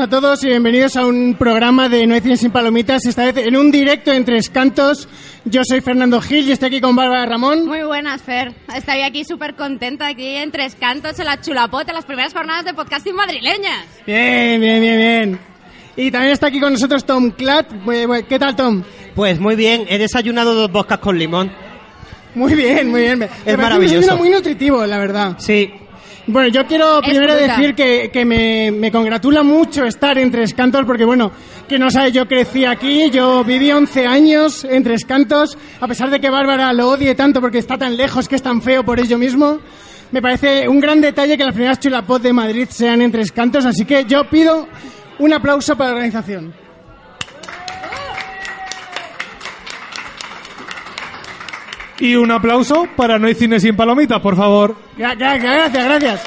todos y bienvenidos a un programa de No hay cine sin palomitas, esta vez en un directo en Tres Cantos. Yo soy Fernando Gil y estoy aquí con Bárbara Ramón. Muy buenas, Fer. Estoy aquí súper contenta, aquí en Tres Cantos, en la Chulapote, en las primeras jornadas de podcasting madrileñas. Bien. Y también está aquí con nosotros Tom Klatt. ¿Qué tal, Tom? Pues muy bien, he desayunado 2 vodkas con limón. Muy bien. Es maravilloso. Un desayuno muy nutritivo, la verdad. Sí. Bueno, yo quiero primero decir que me congratula mucho estar en Tres Cantos, porque bueno, que no sabe, yo crecí aquí, yo viví 11 años en Tres Cantos, a pesar de que Bárbara lo odie tanto porque está tan lejos, que es tan feo por ello mismo. Me parece un gran detalle que las primeras Chulapod de Madrid sean en Tres Cantos, así que yo pido un aplauso para la organización. Y un aplauso para No hay cine sin palomitas, por favor. Gracias.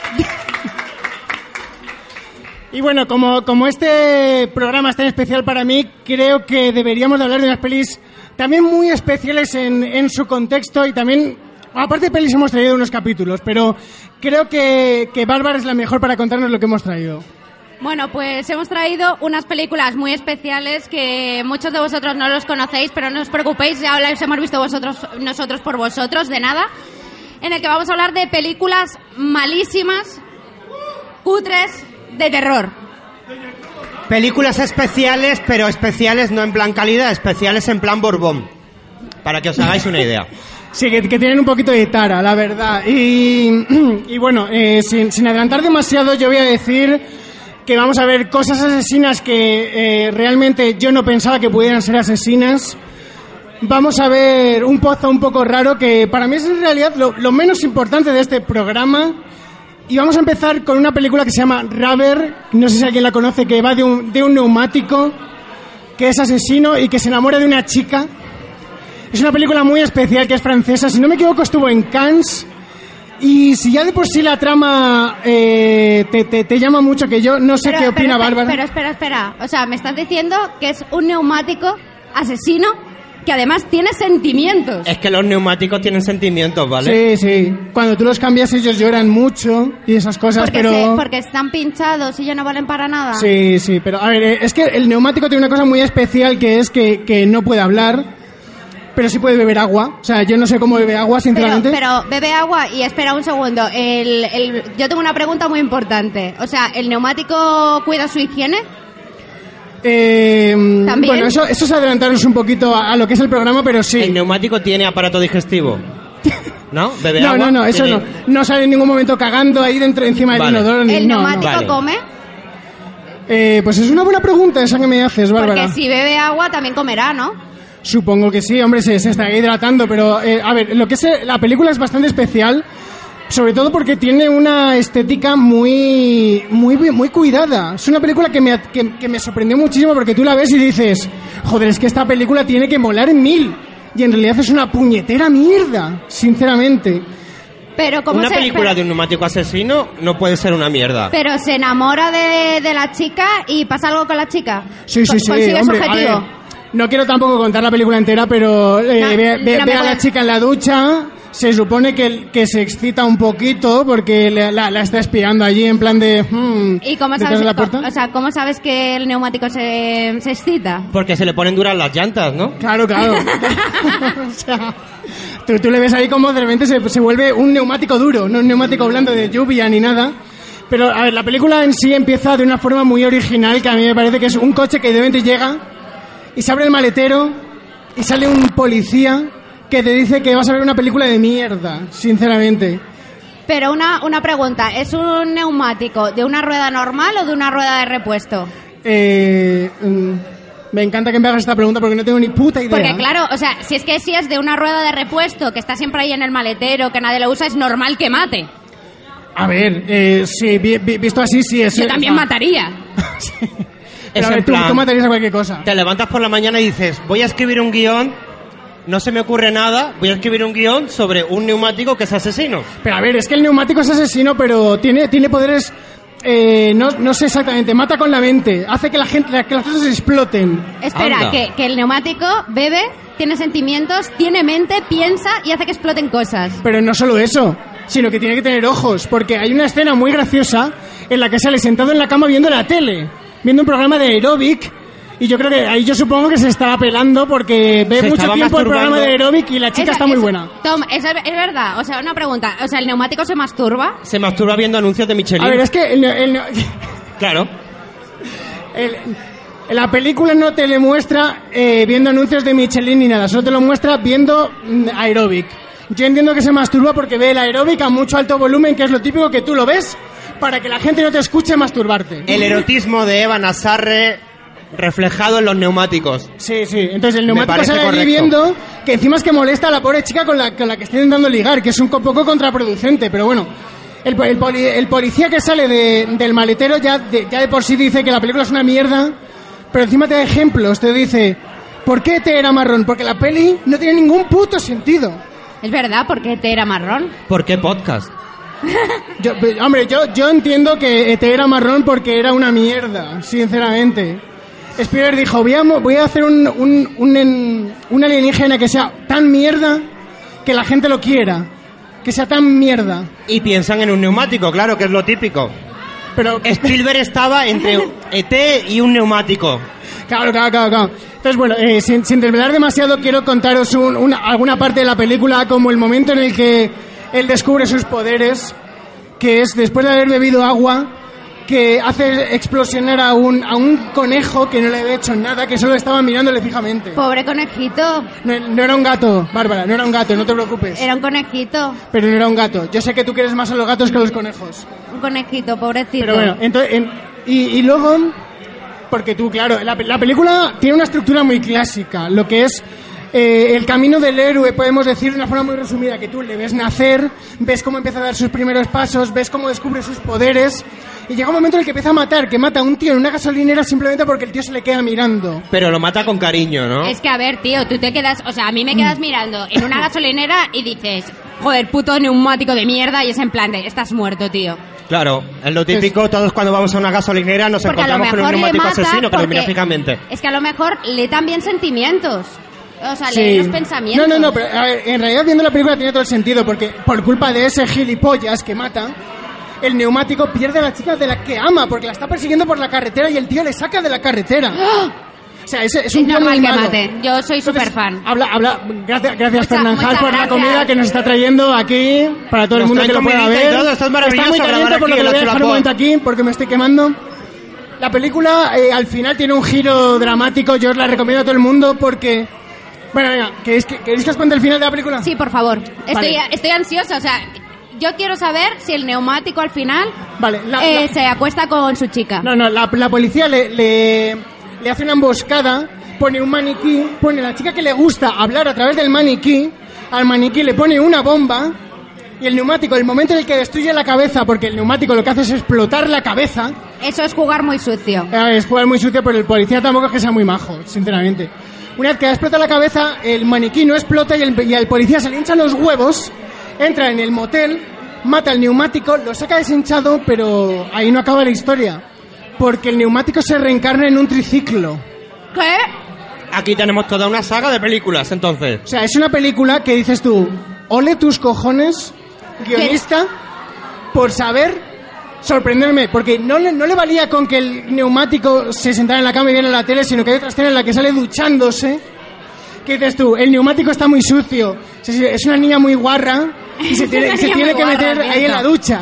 Y bueno, como este programa es tan especial para mí, creo que deberíamos de hablar de unas pelis también muy especiales en su contexto y también, aparte de pelis hemos traído unos capítulos, pero creo que Bárbara es la mejor para contarnos lo que hemos traído. Bueno, pues hemos traído unas películas muy especiales que muchos de vosotros no los conocéis, pero no os preocupéis, ya las hemos visto nosotros por vosotros, de nada, en el que vamos a hablar de películas malísimas, cutres, de terror. Películas especiales, pero especiales no en plan calidad, especiales en plan Borbón, para que os hagáis una idea. Sí, que tienen un poquito de tara, la verdad. Y bueno, sin adelantar demasiado, yo voy a decir que vamos a ver cosas asesinas que realmente yo no pensaba que pudieran ser asesinas. Vamos a ver un pozo un poco raro que para mí es en realidad lo menos importante de este programa. Y vamos a empezar con una película que se llama Rubber, no sé si alguien la conoce, que va de un neumático que es asesino y que se enamora de una chica. Es una película muy especial que es francesa, si no me equivoco estuvo en Cannes. Y si ya de por sí la trama te llama mucho, que yo no sé qué opina Bárbara. Pero espera. O sea, me estás diciendo que es un neumático asesino que además tiene sentimientos. Es que los neumáticos tienen sentimientos, ¿vale? Sí. Cuando tú los cambias ellos lloran mucho y esas cosas, porque están pinchados y ya no valen para nada. Sí, pero a ver, es que el neumático tiene una cosa muy especial que es que no puede hablar. Pero sí puede beber agua. O sea, yo no sé cómo bebe agua, sinceramente. Pero bebe agua y espera un segundo. Yo tengo una pregunta muy importante. O sea, ¿el neumático cuida su higiene? ¿También? Bueno, eso es adelantarnos un poquito a lo que es el programa, pero sí. ¿El neumático tiene aparato digestivo? ¿No? ¿Bebe agua? No, eso ¿tiene? No sale en ningún momento cagando ahí dentro, encima del inodoro. ¿El neumático come? Pues es una buena pregunta esa que me haces, Bárbara. Porque si bebe agua también comerá, ¿no? Supongo que sí, hombre, se estará hidratando, pero a ver, lo que es la película es bastante especial, sobre todo porque tiene una estética muy cuidada. Es una película que me sorprendió muchísimo porque tú la ves y dices, joder, es que esta película tiene que molar en 1000, y en realidad es una puñetera mierda, sinceramente. Pero una película de un neumático asesino no puede ser una mierda. Pero se enamora de la chica y pasa algo con la chica. Sí, consigue hombre, su objetivo. No quiero tampoco contar la película entera, pero ve a la chica en la ducha, se supone que se excita un poquito porque la está espiando allí en plan de... ¿Y cómo sabes, cómo sabes que el neumático se excita? Porque se le ponen duras las llantas, ¿no? Claro. O sea, tú le ves ahí como de repente se vuelve un neumático duro, no un neumático blando de lluvia ni nada. Pero, a ver, la película en sí empieza de una forma muy original, que a mí me parece que es un coche que de repente llega... Y se abre el maletero y sale un policía que te dice que vas a ver una película de mierda, sinceramente. Pero una pregunta, ¿es un neumático de una rueda normal o de una rueda de repuesto? Me encanta que me hagas esta pregunta porque no tengo ni puta idea. Porque claro, o sea, si es de una rueda de repuesto que está siempre ahí en el maletero, que nadie lo usa, es normal que mate. A ver, sí, visto así, sí es... Yo también mataría. Sí. Pero a ver, tú matarías a cualquier cosa. Te levantas por la mañana y dices, voy a escribir un guión, no se me ocurre nada, voy a escribir un guión sobre un neumático que es asesino. Pero a ver, es que el neumático es asesino, pero tiene poderes, no sé exactamente, mata con la mente, hace que las cosas exploten. Espera, que el neumático bebe, tiene sentimientos, tiene mente, piensa y hace que exploten cosas. Pero no solo eso, sino que tiene que tener ojos, porque hay una escena muy graciosa en la que sale sentado en la cama viendo la tele. viendo un programa de aeróbic. Y yo creo que ahí yo supongo que se estará pelando porque ve mucho tiempo el programa de aeróbic y la chica está muy buena. Tom, es verdad. O sea, una pregunta. O sea, ¿el neumático se masturba? Se masturba viendo anuncios de Michelin. A ver, es que Claro. La película no te le muestra viendo anuncios de Michelin ni nada, solo te lo muestra viendo aeróbic. Yo entiendo que se masturba porque ve el aeróbic a mucho alto volumen, que es lo típico que tú lo ves para que la gente no te escuche masturbarte. El erotismo de Eva Nassarre reflejado en los neumáticos. Sí, sí. Entonces el neumático sale allí viendo que encima es que molesta a la pobre chica con la que está intentando ligar, que es un poco contraproducente, pero bueno. El policía que sale del maletero ya de por sí dice que la película es una mierda, pero encima te da ejemplos, te dice, ¿por qué te era marrón? Porque la peli no tiene ningún puto sentido. Es verdad, ¿por qué te era marrón? ¿Por qué podcast? Yo entiendo que te era marrón porque era una mierda, sinceramente. Spielberg dijo, voy a hacer un alienígena que sea tan mierda que la gente lo quiera. Que sea tan mierda. Y piensan en un neumático, claro, que es lo típico. Pero Spielberg estaba entre ET y un neumático. Claro. Entonces, bueno, sin desvelar demasiado, quiero contaros alguna parte de la película, como el momento en el que él descubre sus poderes, que es después de haber bebido agua, que hace explosionar a un conejo que no le había hecho nada, que solo estaba mirándole fijamente. Pobre conejito. No era un gato, Bárbara, no era un gato, no te preocupes. Era un conejito. Pero no era un gato. Yo sé que tú quieres más a los gatos que a los conejos. Un conejito, pobrecito. Pero bueno, entonces, y luego, porque tú, claro, la película tiene una estructura muy clásica, lo que es el camino del héroe, podemos decir de una forma muy resumida, que tú le ves nacer, ves cómo empieza a dar sus primeros pasos, ves cómo descubre sus poderes, y llega un momento en el que empieza a matar, que mata a un tío en una gasolinera simplemente porque el tío se le queda mirando. Pero lo mata con cariño, ¿no? Es que, a ver, tío, tú te quedas... O sea, a mí me quedas mirando en una gasolinera y dices, joder, puto neumático de mierda, y es en plan de, estás muerto, tío. Claro, es lo típico, todos cuando vamos a una gasolinera nos encontramos con un neumático asesino que lo mira fijamente. Es que a lo mejor lee también sentimientos. O sea, lee los pensamientos. No, pero a ver, en realidad viendo la película tiene todo el sentido, porque por culpa de ese gilipollas que mata, el neumático pierde a la chica de la que ama, porque la está persiguiendo por la carretera y el tío le saca de la carretera. O sea, es un normal muy que malo. mate. Yo soy súper fan. Gracias Fernanjal por la comida que nos está trayendo aquí para todo el mundo que lo pueda ver. Esto es maravilloso. Está muy caliente porque lo voy a dejar un momento aquí porque me estoy quemando. La película al final tiene un giro dramático. Yo os la recomiendo a todo el mundo porque... Bueno, venga, ¿queréis que os cuente el final de la película? Sí, por favor. Vale. Estoy ansiosa, o sea... Yo quiero saber si el neumático al final se acuesta con su chica. No, la policía le hace una emboscada, pone un maniquí, pone a la chica que le gusta hablar a través del maniquí, al maniquí le pone una bomba y el neumático, el momento en el que destruye la cabeza, porque el neumático lo que hace es explotar la cabeza. Eso es jugar muy sucio. Es jugar muy sucio, pero el policía tampoco es que sea muy majo, sinceramente. Una vez que explota la cabeza, el maniquí no explota y el policía se le hinchan los huevos, entra en el motel, mata al neumático, lo saca deshinchado, pero ahí no acaba la historia. Porque el neumático se reencarna en un triciclo. ¿Qué? Aquí tenemos toda una saga de películas, entonces. O sea, es una película que dices tú, ole tus cojones, guionista, por saber sorprenderme. Porque no le valía con que el neumático se sentara en la cama y viera en la tele, sino que hay otra escena en la que sale duchándose. ¿Qué dices tú? El neumático está muy sucio. Es una niña muy guarra y se tiene que meter ahí en la ducha.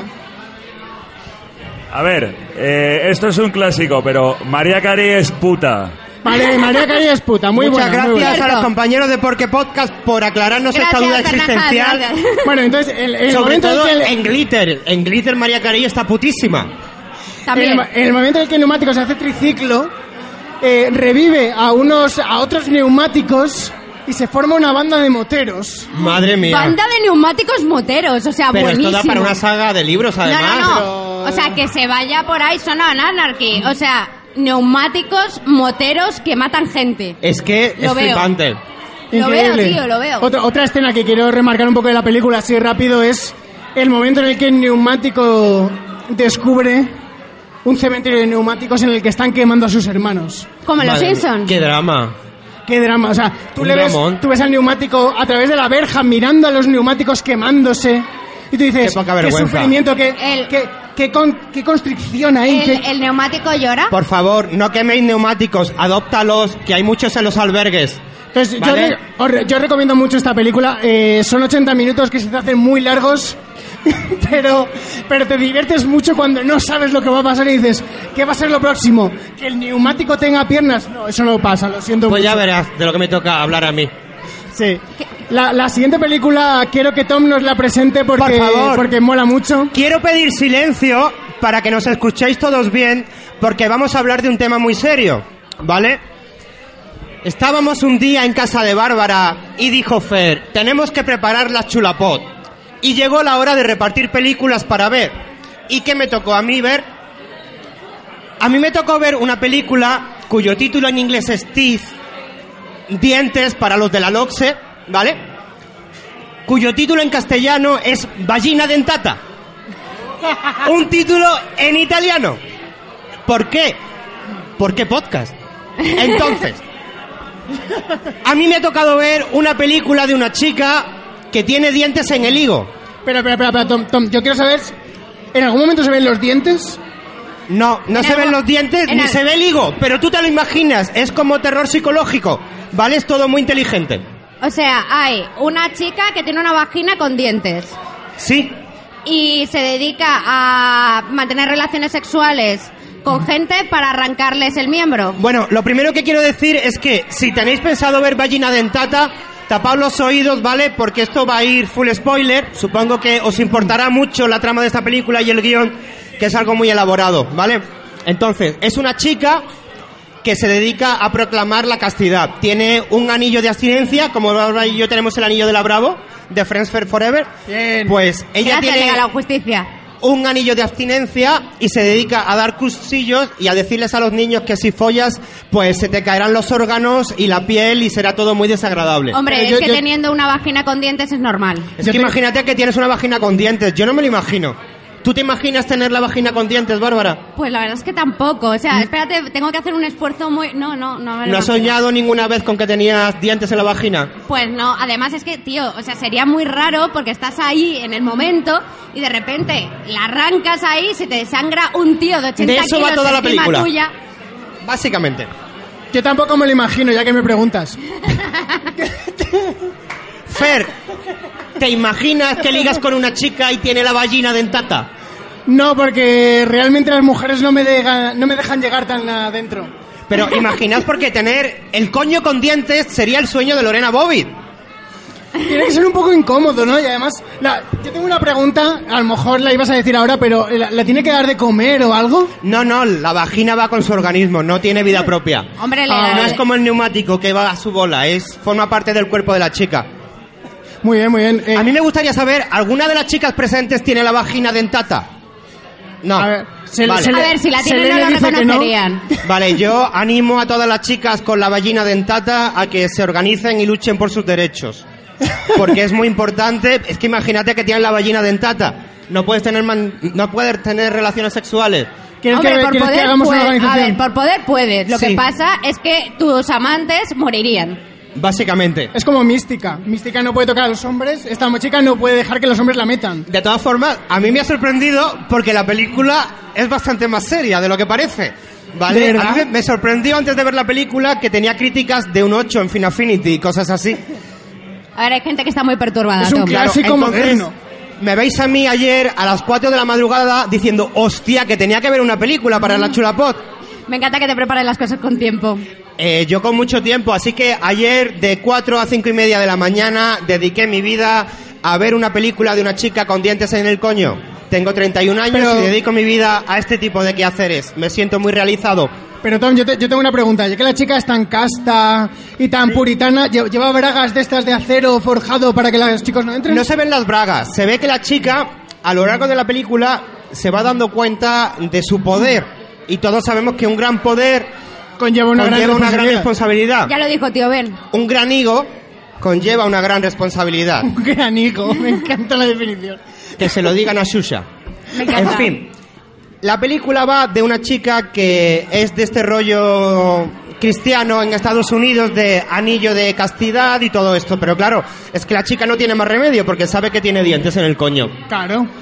A ver, esto es un clásico, pero Mariah Carey es puta. Vale, Mariah Carey es puta, muy Muchas buena. gracias a los compañeros de Porque Podcast por aclararnos esta duda existencial. Gracias. Bueno, entonces, el Sobre momento todo en que en Glitter Mariah Carey está putísima. También. en el momento en el que el neumático se hace triciclo, revive a otros neumáticos y se forma una banda de moteros. Madre mía. Banda de neumáticos moteros, o sea, Pero buenísimo. esto da para una saga de libros, además. No. O sea, que se vaya por ahí, Son of Anarchy. O sea, neumáticos moteros que matan gente. Es que Lo es veo. flipante. Lo veo, Increíble. tío, lo veo. Otra escena que quiero remarcar un poco de la película así rápido es el momento en el que el neumático descubre un cementerio de neumáticos en el que están quemando a sus hermanos. Como los Madre mía, Simpsons. Qué drama. Qué drama, o sea, tú Un dramón. tú ves al neumático a través de la verja mirando a los neumáticos quemándose y tú dices, Qué poca qué vergüenza. sufrimiento, ¿Qué constricción hay? ¿El neumático llora? Por favor, no queméis neumáticos, adóptalos, que hay muchos en los albergues. Entonces, ¿Vale? yo recomiendo mucho esta película. Son 80 minutos que se te hacen muy largos, pero te diviertes mucho cuando no sabes lo que va a pasar y dices, ¿qué va a ser lo próximo? ¿Que el neumático tenga piernas? No, eso no pasa, lo siento Pues mucho. ya verás de lo que me toca hablar a mí. Sí. La siguiente película quiero que Tom nos la presente Por favor. porque mola mucho. Quiero pedir silencio para que nos escuchéis todos bien, porque vamos a hablar de un tema muy serio, ¿vale? Estábamos un día en casa de Bárbara y dijo Fer, tenemos que preparar la chulapot. Y llegó la hora de repartir películas para ver. ¿Y qué me tocó a mí ver? A mí me tocó ver una película cuyo título en inglés es Teeth, dientes para los de la LOXE, ¿vale? Cuyo título en castellano es Vagina dentata. Un título en italiano. ¿Por qué? ¿Por qué podcast? Entonces, a mí me ha tocado ver una película de una chica que tiene dientes en el higo. Espera, Tom, yo quiero saber, ¿en algún momento se ven los dientes? No se ven los dientes ni se ve el higo, pero tú te lo imaginas, es como terror psicológico, ¿vale? Es todo muy inteligente. O sea, hay una chica que tiene una vagina con dientes Sí, y se dedica a mantener relaciones sexuales con gente para arrancarles el miembro. bueno, lo primero que quiero decir es que si tenéis pensado ver Vagina dentata, tapad los oídos, ¿vale? Porque esto va a ir full spoiler. Supongo que os importará mucho la trama de esta película y el guión, que es algo muy elaborado, ¿vale? Entonces, es una chica que se dedica a proclamar la castidad. Tiene un anillo de abstinencia, como Bárbara y yo tenemos el anillo de la Bravo, de Friends Forever. Bien. Pues ella Gracias, tiene Liga de la Justicia. un anillo de abstinencia y se dedica a dar cursillos y a decirles a los niños que si follas, pues se te caerán los órganos y la piel y será todo muy desagradable. Hombre, Pero es que teniendo una vagina con dientes es normal. Es que imagínate que tienes una vagina con dientes, yo no me lo imagino. ¿Tú te imaginas tener la vagina con dientes, Bárbara? Pues la verdad es que tampoco. O sea, espérate, tengo que hacer un esfuerzo muy... No me lo ¿No has imagino. soñado ninguna vez con que tenías dientes en la vagina? Pues no, además es que, tío, o sea, sería muy raro porque estás ahí en el momento y de repente la arrancas ahí, se te desangra un tío de 80 De eso kilos va toda la encima película. tuya. Básicamente. Yo tampoco me lo imagino, ya que me preguntas. Fer, ¿te imaginas que ligas con una chica y tiene la vagina dentata? No, porque realmente las mujeres no me dejan llegar tan adentro. Pero imaginad porque tener el coño con dientes sería el sueño de Lorena Bobbitt. Tiene que ser un poco incómodo, ¿no? Y además, yo tengo una pregunta, a lo mejor la ibas a decir ahora, pero ¿la tiene que dar de comer o algo? No, la vagina va con su organismo, no tiene vida propia. Hombre, No es como el neumático que va a su bola, forma parte del cuerpo de la chica. Muy bien, muy bien. A mí me gustaría saber, ¿alguna de las chicas presentes tiene la vagina dentata? No. A ver, Vale. A ver, si la tienen Selene no lo dice que no. reconocerían. Vale, yo animo a todas las chicas con la vagina dentata a que se organicen y luchen por sus derechos. Porque es muy importante. Es que imagínate que tienes la vagina dentata. No puedes tener relaciones sexuales. ¿Quieres Hombre, que, por ¿quieres que poder hagamos una puedes. A organización? ver, por poder puedes. Lo Sí. que pasa es que tus amantes morirían. Básicamente. Es como Mística. Mística no puede tocar a los hombres. Esta chica no puede dejar que los hombres la metan. De todas formas, a mí me ha sorprendido porque la película es bastante más seria de lo que parece. ¿Vale? ¿De verdad? A mí me sorprendió antes de ver la película que tenía críticas de un 8 en Film Affinity y cosas así. A ver, hay gente que está muy perturbada. Es un Tom. clásico entonces, moderno. me veis a mí ayer a las 4 de la madrugada diciendo, hostia, que tenía que ver una película para la Chulapot. Me encanta que te prepares las cosas con tiempo. Yo con mucho tiempo, así que ayer de 4 a 5 y media de la mañana dediqué mi vida a ver una película de una chica con dientes en el coño. Tengo 31 años Pero- y dedico mi vida a este tipo de quehaceres. Me siento muy realizado. Pero Tom, yo tengo una pregunta. Ya que la chica es tan casta y tan puritana, ¿lleva bragas de estas de acero forjado para que los chicos no entren? No se ven las bragas, se ve que la chica a lo largo de la película se va dando cuenta de su poder. Y todos sabemos que un gran poder Conlleva una gran responsabilidad. Ya lo dijo tío Ben. Un gran higo conlleva una gran responsabilidad. Un gran hijo. Me encanta la definición. Que se lo digan a Shusha. Me encanta. En fin, la película va de una chica que es de este rollo cristiano en Estados Unidos de anillo de castidad y todo esto. Pero claro, es que la chica no tiene más remedio porque sabe que tiene dientes en el coño. Claro.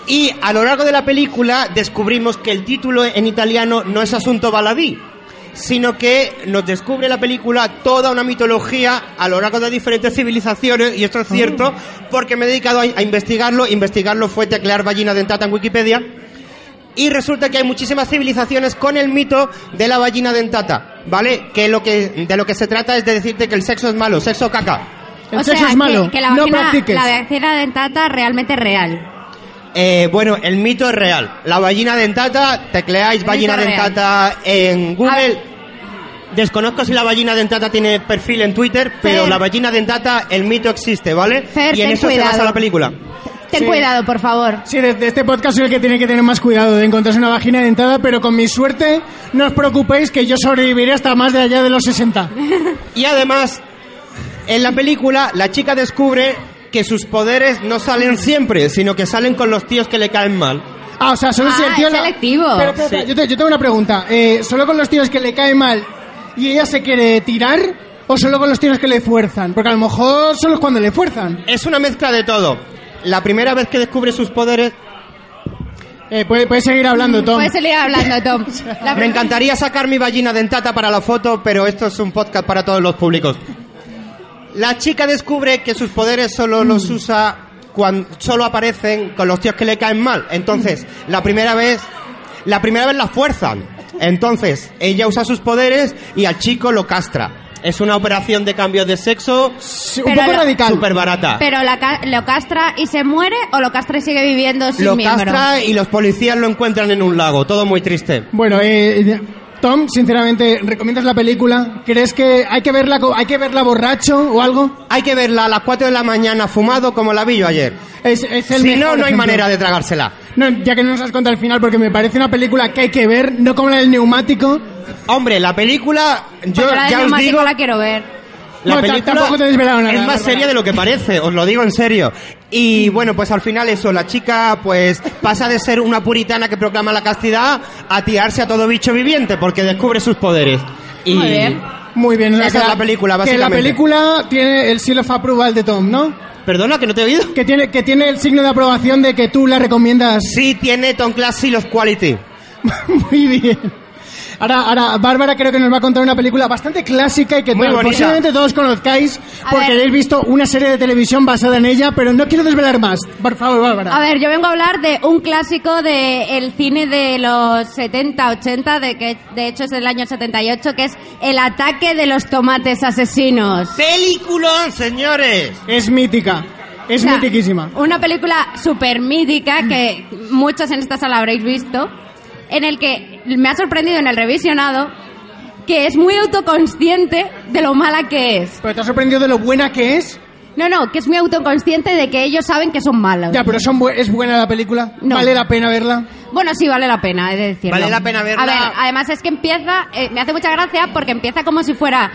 Y a lo largo de la película descubrimos que el título en italiano no es Asunto Baladí, sino que nos descubre la película toda una mitología a lo largo de diferentes civilizaciones, y esto es cierto porque me he dedicado a investigarlo. Investigarlo fue teclear ballena dentata en Wikipedia, y resulta que hay muchísimas civilizaciones con el mito de la ballena dentata, ¿vale? Que de lo que se trata es de decirte que el sexo es malo, sexo caca. El sexo es malo, que la no vagina, practiques. la vagina dentata realmente es real. Bueno, el mito es real. La ballena dentata, tecleáis ballena real. dentata en Google. Desconozco si la ballena dentata tiene perfil en Twitter, pero Fer. la ballena dentata, el mito existe, ¿vale? Fer, y en ten eso se cuidado. basa la película. Ten Sí. cuidado, por favor. Sí, desde este podcast soy el que tiene que tener más cuidado de encontrarse una vagina dentada, pero con mi suerte, no os preocupéis que yo sobreviviré hasta más de allá de los 60. Y además, en la película, la chica descubre que sus poderes no salen siempre, sino que salen con los tíos que le caen mal. Ah, o sea, solo si el tío... es selectivo. Pero, Sí. yo tengo una pregunta. ¿Solo con los tíos que le cae mal y ella se quiere tirar, o solo con los tíos que le fuerzan? Porque a lo mejor solo es cuando le fuerzan. Es una mezcla de todo. La primera vez que descubre sus poderes... Puedes seguir hablando, Tom. Puedes seguir hablando, Tom. Me encantaría sacar mi ballena dentata para la foto, pero esto es un podcast para todos los públicos. La chica descubre que sus poderes solo los usa cuando solo aparecen con los tíos que le caen mal. Entonces, la primera vez la fuerzan. Entonces, ella usa sus poderes y al chico lo castra. Es una operación de cambio de sexo Sí, un Pero poco lo- radical. súper barata. Pero lo castra y se muere, o lo castra y sigue viviendo sin Lo miembro. castra y los policías lo encuentran en un lago. Todo muy triste. Bueno, Tom, sinceramente, ¿recomiendas la película? ¿Crees que hay que verla borracho o algo? Hay que verla a las 4 de la mañana fumado como la vi yo ayer. Es el Si mejor no, no hay ejemplo. manera de tragársela. No, ya que no nos has contado el final, porque me parece una película que hay que ver, no como la del neumático. Hombre, la película, yo Porque la del ya os neumático digo, la quiero ver. la No, película tampoco te he desvelado nada, es más Bárbara. seria de lo que parece, os lo digo en serio. Y bueno, pues al final eso, la chica pues pasa de ser una puritana que proclama la castidad a tirarse a todo bicho viviente porque descubre sus poderes. Y Muy bien. Muy bien. o Esa sea, es la película, Que básicamente. la película tiene el seal of approval de Tom, ¿no? Perdona, que no te he oído. Que tiene el signo de aprobación de que tú la recomiendas. Sí, tiene Tom Class Seal of Quality. Muy bien. Ahora, Bárbara creo que nos va a contar una película bastante clásica y que Muy bonita. posiblemente todos conozcáis A porque ver. habéis visto una serie de televisión basada en ella, pero no quiero desvelar más. Por favor, Bárbara. A ver, yo vengo a hablar de un clásico del cine de los 70, 80, que de hecho es del año 78, que es El ataque de los tomates asesinos. ¡Peliculón, señores! Es mítica. Es O sea, mitiquísima. Una película súper mítica que muchos en esta sala habréis visto, en el que me ha sorprendido en el revisionado que es muy autoconsciente de lo mala que es. ¿Pero te ha sorprendido de lo buena que es? No, que es muy autoconsciente de que ellos saben que son malos. Ya, pero ¿es buena la película? No. ¿Vale la pena verla? Bueno, sí, vale la pena, he de decirlo. Vale la pena verla. A ver, además es que empieza, me hace mucha gracia porque empieza como si fuera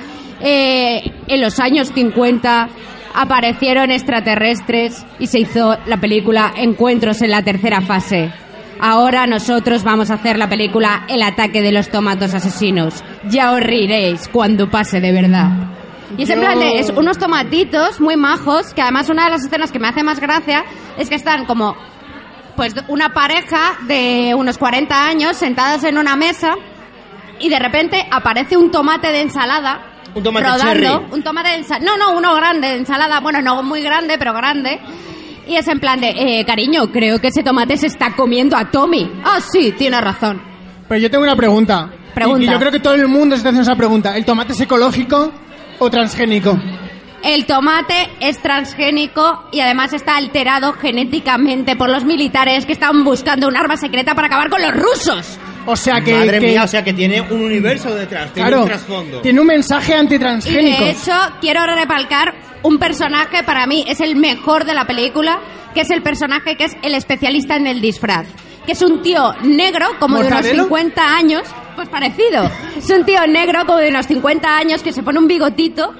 en los años 50 aparecieron extraterrestres y se hizo la película Encuentros en la tercera fase. Ahora nosotros vamos a hacer la película El ataque de los tomates asesinos. Ya os reiréis cuando pase de verdad. Y es en plan de, es unos tomatitos muy majos, que además una de las escenas que me hace más gracia es que están como pues una pareja de unos 40 años sentadas en una mesa y de repente aparece un tomate de ensalada Un tomate rodando, cherry. un tomate de ensalada, no, uno grande de ensalada, bueno, no muy grande, pero grande. Y es en plan de, cariño, creo que ese tomate se está comiendo a Tommy. Ah, sí, tiene razón. Pero yo tengo una pregunta. Pregunta. Y yo creo que todo el mundo se está haciendo esa pregunta. ¿El tomate es ecológico o transgénico? El tomate es transgénico y además está alterado genéticamente por los militares que están buscando un arma secreta para acabar con los rusos. O sea que... Madre que- mía, o sea que tiene un universo detrás, tiene claro, un trasfondo. tiene un mensaje Y antitransgénico. de hecho, quiero recalcar un personaje, para mí es el mejor de la película, que es el personaje que es el especialista en el disfraz. Que es un tío negro, como de unos ¿Mortadelo? 50 años, pues parecido. Es un tío negro, como de unos 50 años, que se pone un bigotito.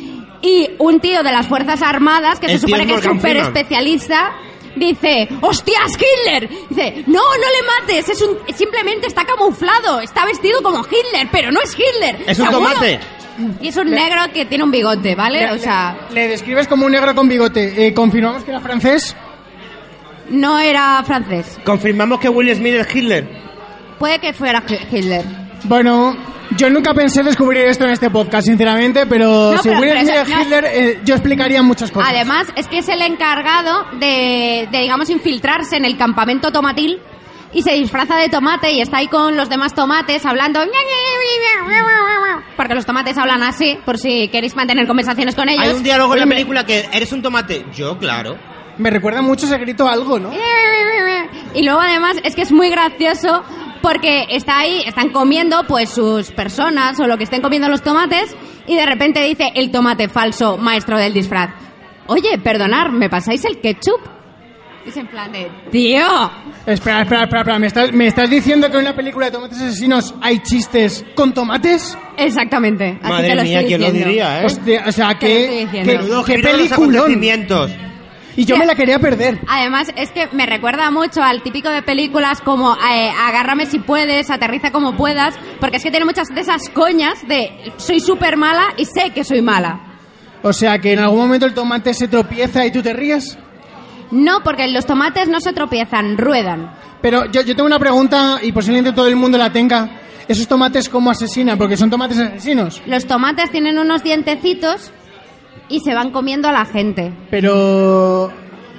Y un tío de las Fuerzas Armadas, que El se supone tío que es Morgan súper Freeman. especialista, dice, ¡hostias, Hitler! Dice, no le mates, simplemente está camuflado, está vestido como Hitler, pero no es Hitler. Es un ¿seguro? tomate. Y es un negro que tiene un bigote, ¿vale? O sea, Le describes como un negro con bigote. ¿Confirmamos que era francés? no era francés. Confirmamos que Will Smith es Hitler. Puede que fuera Hitler. Bueno, yo nunca pensé descubrir esto en este podcast, sinceramente, pero No, si pero- Will pero Smith eso- es no. Hitler, yo explicaría muchas cosas. Además, es que es el encargado de, digamos, infiltrarse en el campamento tomatil y se disfraza de tomate y está ahí con los demás tomates hablando... Porque los tomates hablan así, por si queréis mantener conversaciones con ellos. Hay un diálogo en la Oye, película que ¿eres un tomate? Yo, claro. Me recuerda mucho ese grito a algo, ¿no? Y luego además es que es muy gracioso porque está ahí, están comiendo pues sus personas o lo que estén comiendo los tomates y de repente dice el tomate falso, maestro del disfraz. Oye, perdonad, ¿me pasáis el ketchup? Y es en plan de, tío. Espera. ¿Me estás diciendo que en una película de tomates asesinos hay chistes con tomates? Exactamente. Así Madre te lo mía, estoy ¿quién lo diciendo. diría, eh? Hostia, o sea, Te lo estoy diciendo. Menudo qué giro de los peliculón. acontecimientos. Y yo Sí. me la quería perder. Además, es que me recuerda mucho al típico de películas como Agárrame si puedes, Aterriza como puedas, porque es que tiene muchas de esas coñas de soy súper mala y sé que soy mala. O sea, que en algún momento el tomate se tropieza y tú te ríes. No, porque los tomates no se tropiezan, ruedan. Pero yo tengo una pregunta y posiblemente todo el mundo la tenga. ¿Esos tomates cómo asesinan? Porque son tomates asesinos. Los tomates tienen unos dientecitos y se van comiendo a la gente. Pero...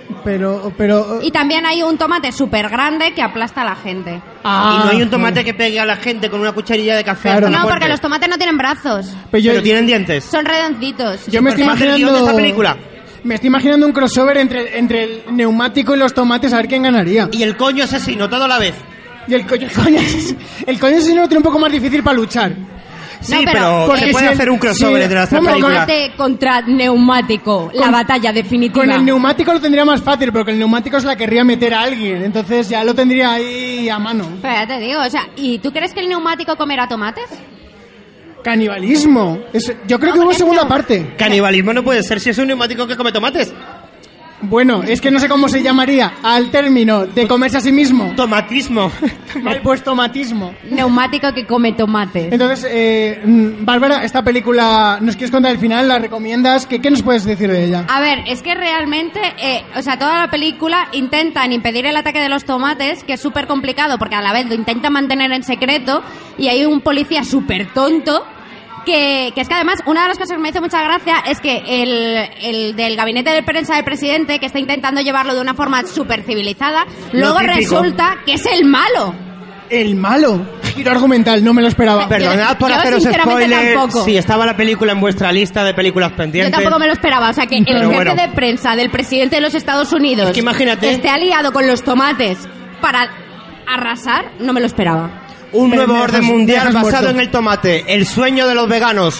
Y también hay un tomate súper grande que aplasta a la gente. Ah, Y no hay un tomate que pegue a la gente con una cucharilla de café. Claro. hasta la No, muerte. porque los tomates no tienen brazos. Pero Pero tienen dientes. Son redoncitos. Yo me estoy Porque hace el guión de imaginando... esta película. Me estoy imaginando un crossover entre el neumático y los tomates, a ver quién ganaría. Y el coño asesino, todo a la vez. Y el coño asesino lo tiene un poco más difícil para luchar. Sí, No, pero porque se puede si el- hacer un crossover sí, entre las tres hombre, películas. Tomate contra neumático, la batalla definitiva. Con el neumático lo tendría más fácil, porque el neumático se la querría meter a alguien, entonces ya lo tendría ahí a mano. Pero ya te digo, o sea, ¿y tú crees que el neumático comerá tomates? Canibalismo. Yo creo No, que hubo porque segunda no. parte. Canibalismo no puede ser si es un neumático que come tomates. Bueno, es que no sé cómo se llamaría al término de comerse a sí mismo. Tomatismo. Mal pues tomatismo. Neumático que come tomates. Entonces, Bárbara, esta película, ¿nos quieres contar el final? ¿La recomiendas? ¿Qué nos puedes decir de ella? A ver, es que realmente, o sea, toda la película intentan impedir el ataque de los tomates, que es súper complicado porque a la vez lo intentan mantener en secreto y hay un policía súper tonto que es que además una de las cosas que me hizo mucha gracia es que el del gabinete de prensa del presidente, que está intentando llevarlo de una forma súper civilizada, luego típico. resulta que es el malo. El malo. Giro argumental, no me lo esperaba. Perdonad por yo haceros sinceramente spoilers. tampoco. Si estaba la película en vuestra lista de películas Yo pendientes. tampoco me lo esperaba, o sea que el Pero jefe bueno. de prensa del presidente de los Estados Unidos Es que imagínate. esté aliado con los tomates para arrasar, no me lo esperaba. Un Me nuevo dejas- orden me mundial dejas basado muerto. en el tomate. El sueño de los veganos.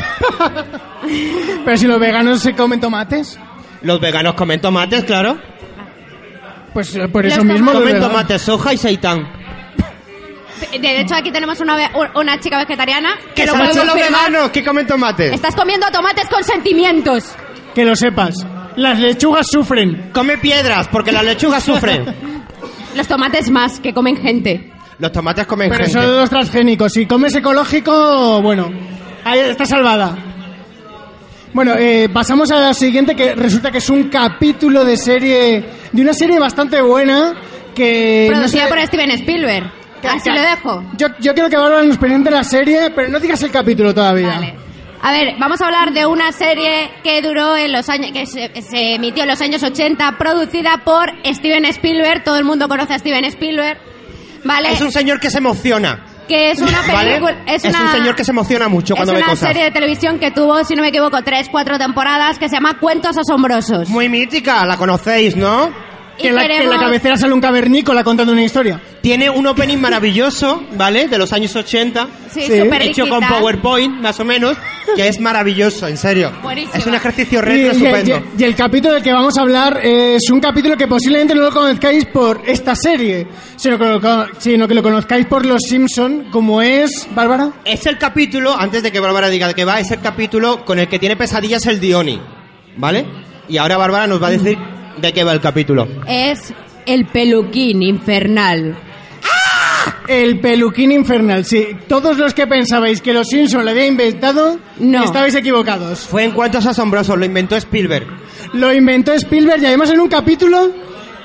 Pero si los veganos se comen tomates, Los veganos comen tomates, claro. pues por eso Los mismo los Comen veganos. tomates, soja y seitán. De hecho, aquí tenemos una chica vegetariana que ¿Qué lo saben puede de los confirmar. veganos que comen tomates? Estás comiendo tomates con sentimientos. Que lo sepas. Las lechugas sufren. Come piedras, porque las lechugas sufren. Los tomates más, que comen gente. Los tomates comen Pero gente. son los transgénicos. Si comes ecológico, bueno, ahí está salvada. Bueno, pasamos a la siguiente, que resulta que es un capítulo de una serie bastante buena, que... no Producida sé- por Steven Spielberg. Así lo dejo. Yo quiero que Bárbara nos presente la serie, pero no digas el capítulo todavía. Vale. A ver, vamos a hablar de una serie que duró en los años, que se emitió en los años 80, producida por Steven Spielberg. Todo el mundo conoce a Steven Spielberg. ¿Vale? Es un señor que se emociona. Que es una ¿Vale? película. Es un señor que se emociona mucho cuando es ve una cosas. serie de televisión que tuvo, si no me equivoco, 3-4 temporadas, que se llama Cuentos Asombrosos. Muy mítica, la conocéis, ¿no? Que en la cabecera sale un cavernícola contando una historia. Tiene un opening maravilloso, ¿vale? De los años 80. Sí, Sí. súper Hecho con digital. PowerPoint, más o menos. Que es maravilloso, en serio. Buenísima. Es un ejercicio retro Y estupendo. el capítulo del que vamos a hablar es un capítulo que posiblemente no lo conozcáis por esta serie, sino que lo conozcáis por Los Simpson, como es... ¿Bárbara? Es el capítulo, antes de que Bárbara diga de qué va, es el capítulo con el que tiene pesadillas el Dioni. ¿Vale? Y ahora Bárbara nos va a decir de qué va el capítulo. Es el peluquín infernal. El peluquín infernal, sí. Todos los que pensabais que Los Simpson lo había inventado, No. estabais equivocados. Fue en Cuentos Asombrosos, lo inventó Spielberg. Lo inventó Spielberg y además en un capítulo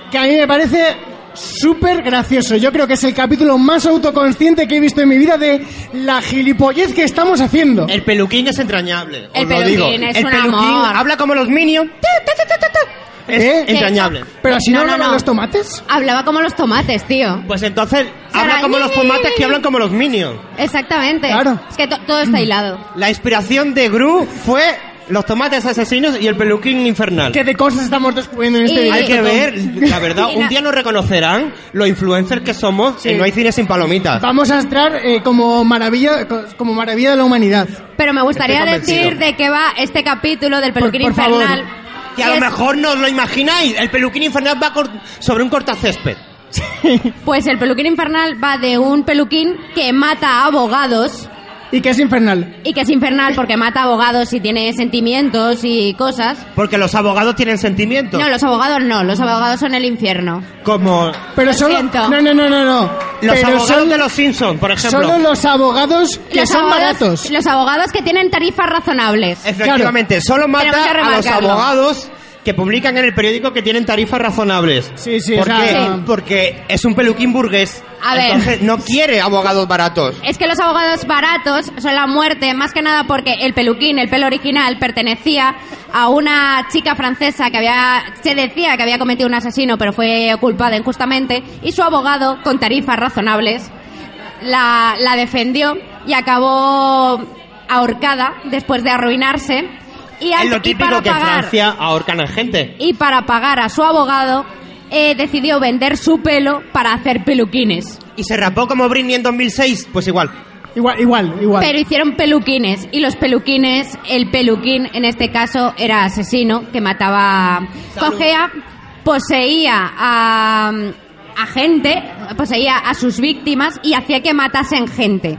que a mí me parece súper gracioso. Yo creo que es el capítulo más autoconsciente que he visto en mi vida de la gilipollez que estamos haciendo. El peluquín es entrañable. El os lo peluquín digo. es el un peluquín amor. habla como los Minions. Es entrañable. Pero así no hablan no. los tomates. Hablaba como los tomates, tío. Pues entonces habla como los tomates que hablan como los Minions. Exactamente. Claro. Es que todo está hilado. La inspiración de Gru fue los tomates asesinos y el peluquín infernal. ¿Qué de cosas estamos descubriendo en este Y- directo? Hay que ver, la verdad, Y un na- día nos reconocerán los influencers que somos Sí. en No hay cine sin palomitas. Vamos a estar como maravilla de la humanidad. Pero me gustaría Estoy decir convencido. de qué va este capítulo del peluquín Por favor. infernal. Que a lo es- mejor no os lo imagináis. El peluquín infernal va sobre un cortacésped. Pues el peluquín infernal va de un peluquín que mata a abogados. Y que es infernal. Y que es infernal porque mata a abogados y tiene sentimientos y cosas. Porque los abogados tienen sentimientos. No, los abogados no. Los abogados son el infierno. Como Pero Lo solo... siento. No. los Pero abogados de los Simpsons, por ejemplo. Solo los abogados que Los son abogados- baratos. Los abogados que tienen tarifas razonables. Efectivamente, solo mata Tenemos que a los remarcarlo. abogados que publican en el periódico que tienen tarifas razonables. Sí, sí, ¿Por o sea, qué? sí. Porque es un peluquín burgués. A ver. Entonces no quiere abogados baratos. Es que los abogados baratos son la muerte, más que nada porque el peluquín, el pelo original, pertenecía a una chica francesa se decía que había cometido un asesino, pero fue culpada injustamente, y su abogado, con tarifas razonables, la defendió y acabó ahorcada después de arruinarse. Y, Es lo y típico para que en pagar, Francia ahorcan a gente. y para pagar a su abogado, decidió vender su pelo para hacer peluquines. ¿Y se rapó como Britney en 2006? Pues igual. Igual. Pero hicieron peluquines, y los peluquines, el peluquín en este caso era asesino, que mataba, cogea, poseía a gente, poseía a sus víctimas y hacía que matasen gente.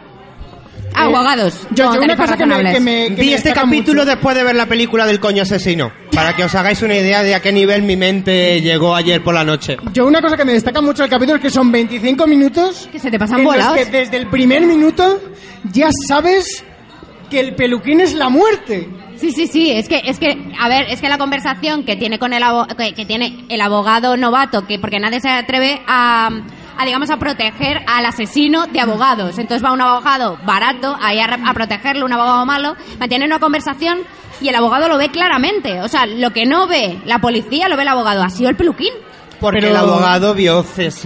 Abogados. Yo con una tarifas cosa que me razonables. Vi este destaca capítulo mucho. después de ver la película del coño asesino. Para que os hagáis una idea de a qué nivel mi mente llegó ayer por la noche. Yo una cosa que me destaca mucho del capítulo es que son 25 minutos Que se te pasan en los volados. que desde el primer minuto ya sabes que el peluquín es la muerte. Sí, es que a ver, es que la conversación que tiene con que tiene el abogado novato, que porque nadie se atreve a digamos a proteger al asesino de abogados. Entonces va un abogado barato ahí a protegerlo, un abogado malo, mantiene una conversación y el abogado lo ve claramente. O sea, lo que no ve la policía lo ve el abogado. Ha sido el peluquín. Porque Pero- el abogado vio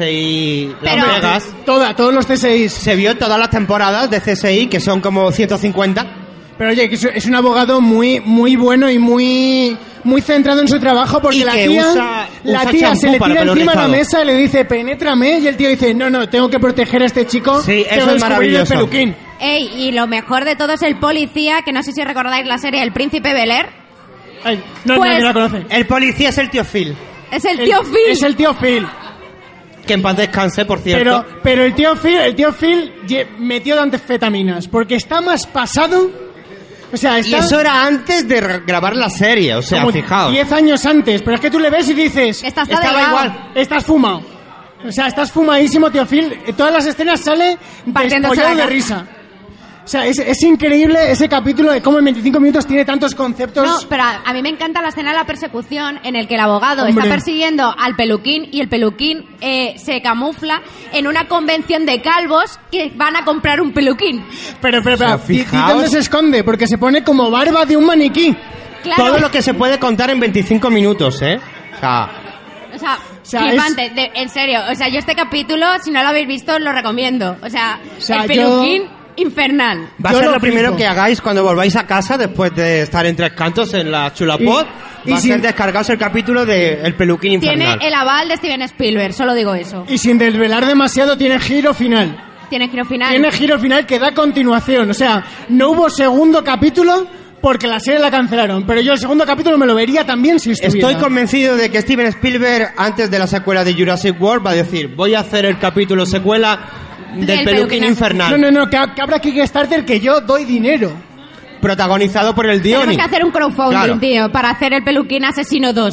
CSI Las Pero- Vegas. Todos los CSIs. Se vio todas las temporadas de CSI, que son como 150. Pero oye, que es un abogado muy bueno y muy centrado en su trabajo porque Y la que tía, usa se champú le para tira pelo encima de la rizado. mesa y le dice, penétrame, y el tío dice, no, tengo que proteger a este chico. Sí, tengo eso que es descubrir maravilloso. el peluquín. Ey, y lo mejor de todo es el policía, que no sé si recordáis la serie El Príncipe Bel-Air. Ay, no, Pues- nadie la conoce. El policía es el tío Phil. Es el tío Phil. Es el tío Phil. Que en paz descanse, por cierto. Pero el tío Phil metió de anfetaminas porque está más pasado. O sea, Y está eso era antes de grabar la serie, o sea, como fijaos. 10 años antes. Pero es que tú le ves y dices, Está Estaba delgado. igual. estás fumado. O sea, estás fumadísimo, tío Phil. En todas las escenas sale Partiéndose despollado la de cara. risa. O sea, es increíble ese capítulo de cómo en 25 minutos tiene tantos conceptos. No, pero a mí me encanta la escena de la persecución en el que el abogado Hombre. está persiguiendo al peluquín y el peluquín se camufla en una convención de calvos que van a comprar un peluquín. Pero, O sea, ¿y fijaos. dónde se esconde? Porque se pone como barba de un maniquí. Claro. Todo lo que se puede contar en 25 minutos, ¿eh? O sea, O sea, sea, flipante, en serio. O sea, yo este capítulo, si no lo habéis visto, lo recomiendo. O sea sea, el peluquín infernal. va a Yo ser lo lo primero flipo. que hagáis cuando volváis a casa después de estar en Tres Cantos en la Chulapod. Y Va a sin- ser descargaos el capítulo de El peluquín Tiene infernal. el aval de Steven Spielberg, solo digo eso. Y sin desvelar demasiado, tiene giro final. Tiene giro final. Tiene giro final que da continuación. O sea, no hubo segundo capítulo porque la serie la cancelaron. Pero yo el segundo capítulo me lo vería también si estuviera. Estoy convencido de que Steven Spielberg, antes de la secuela de Jurassic World, va a decir, voy a hacer el capítulo secuela del Del peluquín peluquín infernal, No, que habrá Kickstarter que yo doy dinero. protagonizado por el Tenemos Dioni. que hacer un crowdfunding, Claro. tío, para hacer el peluquín asesino 2.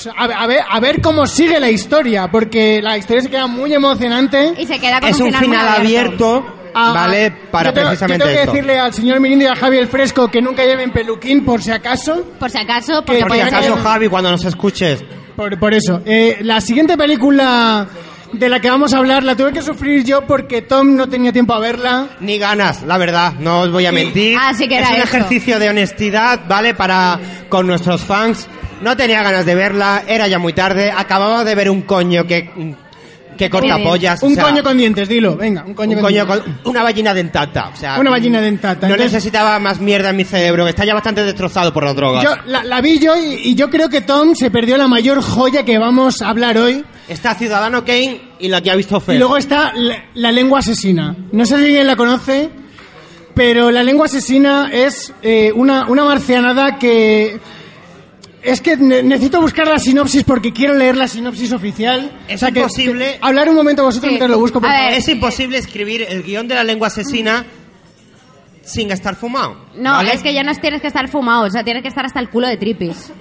A ver cómo sigue la historia, porque la historia se queda muy emocionante. Y se queda con Es un muy final abierto, ¿vale? Para yo tengo, precisamente yo tengo que esto. decirle al señor Mirindo y a Javi el Fresco que nunca lleven peluquín por si acaso. Por si acaso, Que Por si podría acaso, que- Javi, cuando nos escuches, por eso. La siguiente película de la que vamos a hablar la tuve que sufrir yo porque Tom no tenía tiempo a verla. Ni ganas, la verdad, no os voy a mentir. Así que es era un eso. ejercicio de honestidad, ¿vale? Con nuestros fans. No tenía ganas de verla, era ya muy tarde. Acababa de ver un coño que cortapollas. Un coño con dientes, dilo, venga, un coño con dientes. Una ballena dentata, o sea, Una ballena dentata. No Entonces, necesitaba más mierda en mi cerebro, que está ya bastante destrozado por las drogas. yo la vi yo y yo creo que Tom se perdió la mayor joya que vamos a hablar hoy. Está Ciudadano Kane y la que ha visto Fer. Y luego está la lengua asesina. No sé si alguien la conoce, pero la lengua asesina es una marcianada que... Es que necesito buscar la sinopsis porque quiero leer la sinopsis oficial. Es o sea, imposible. Hablar un momento vosotros Sí. mientras lo busco. Por A favor. ver. Es imposible escribir el guión de la lengua asesina sin estar fumado. No, ¿vale? es que ya no tienes que estar fumado, o sea, tienes que estar hasta el culo de tripis.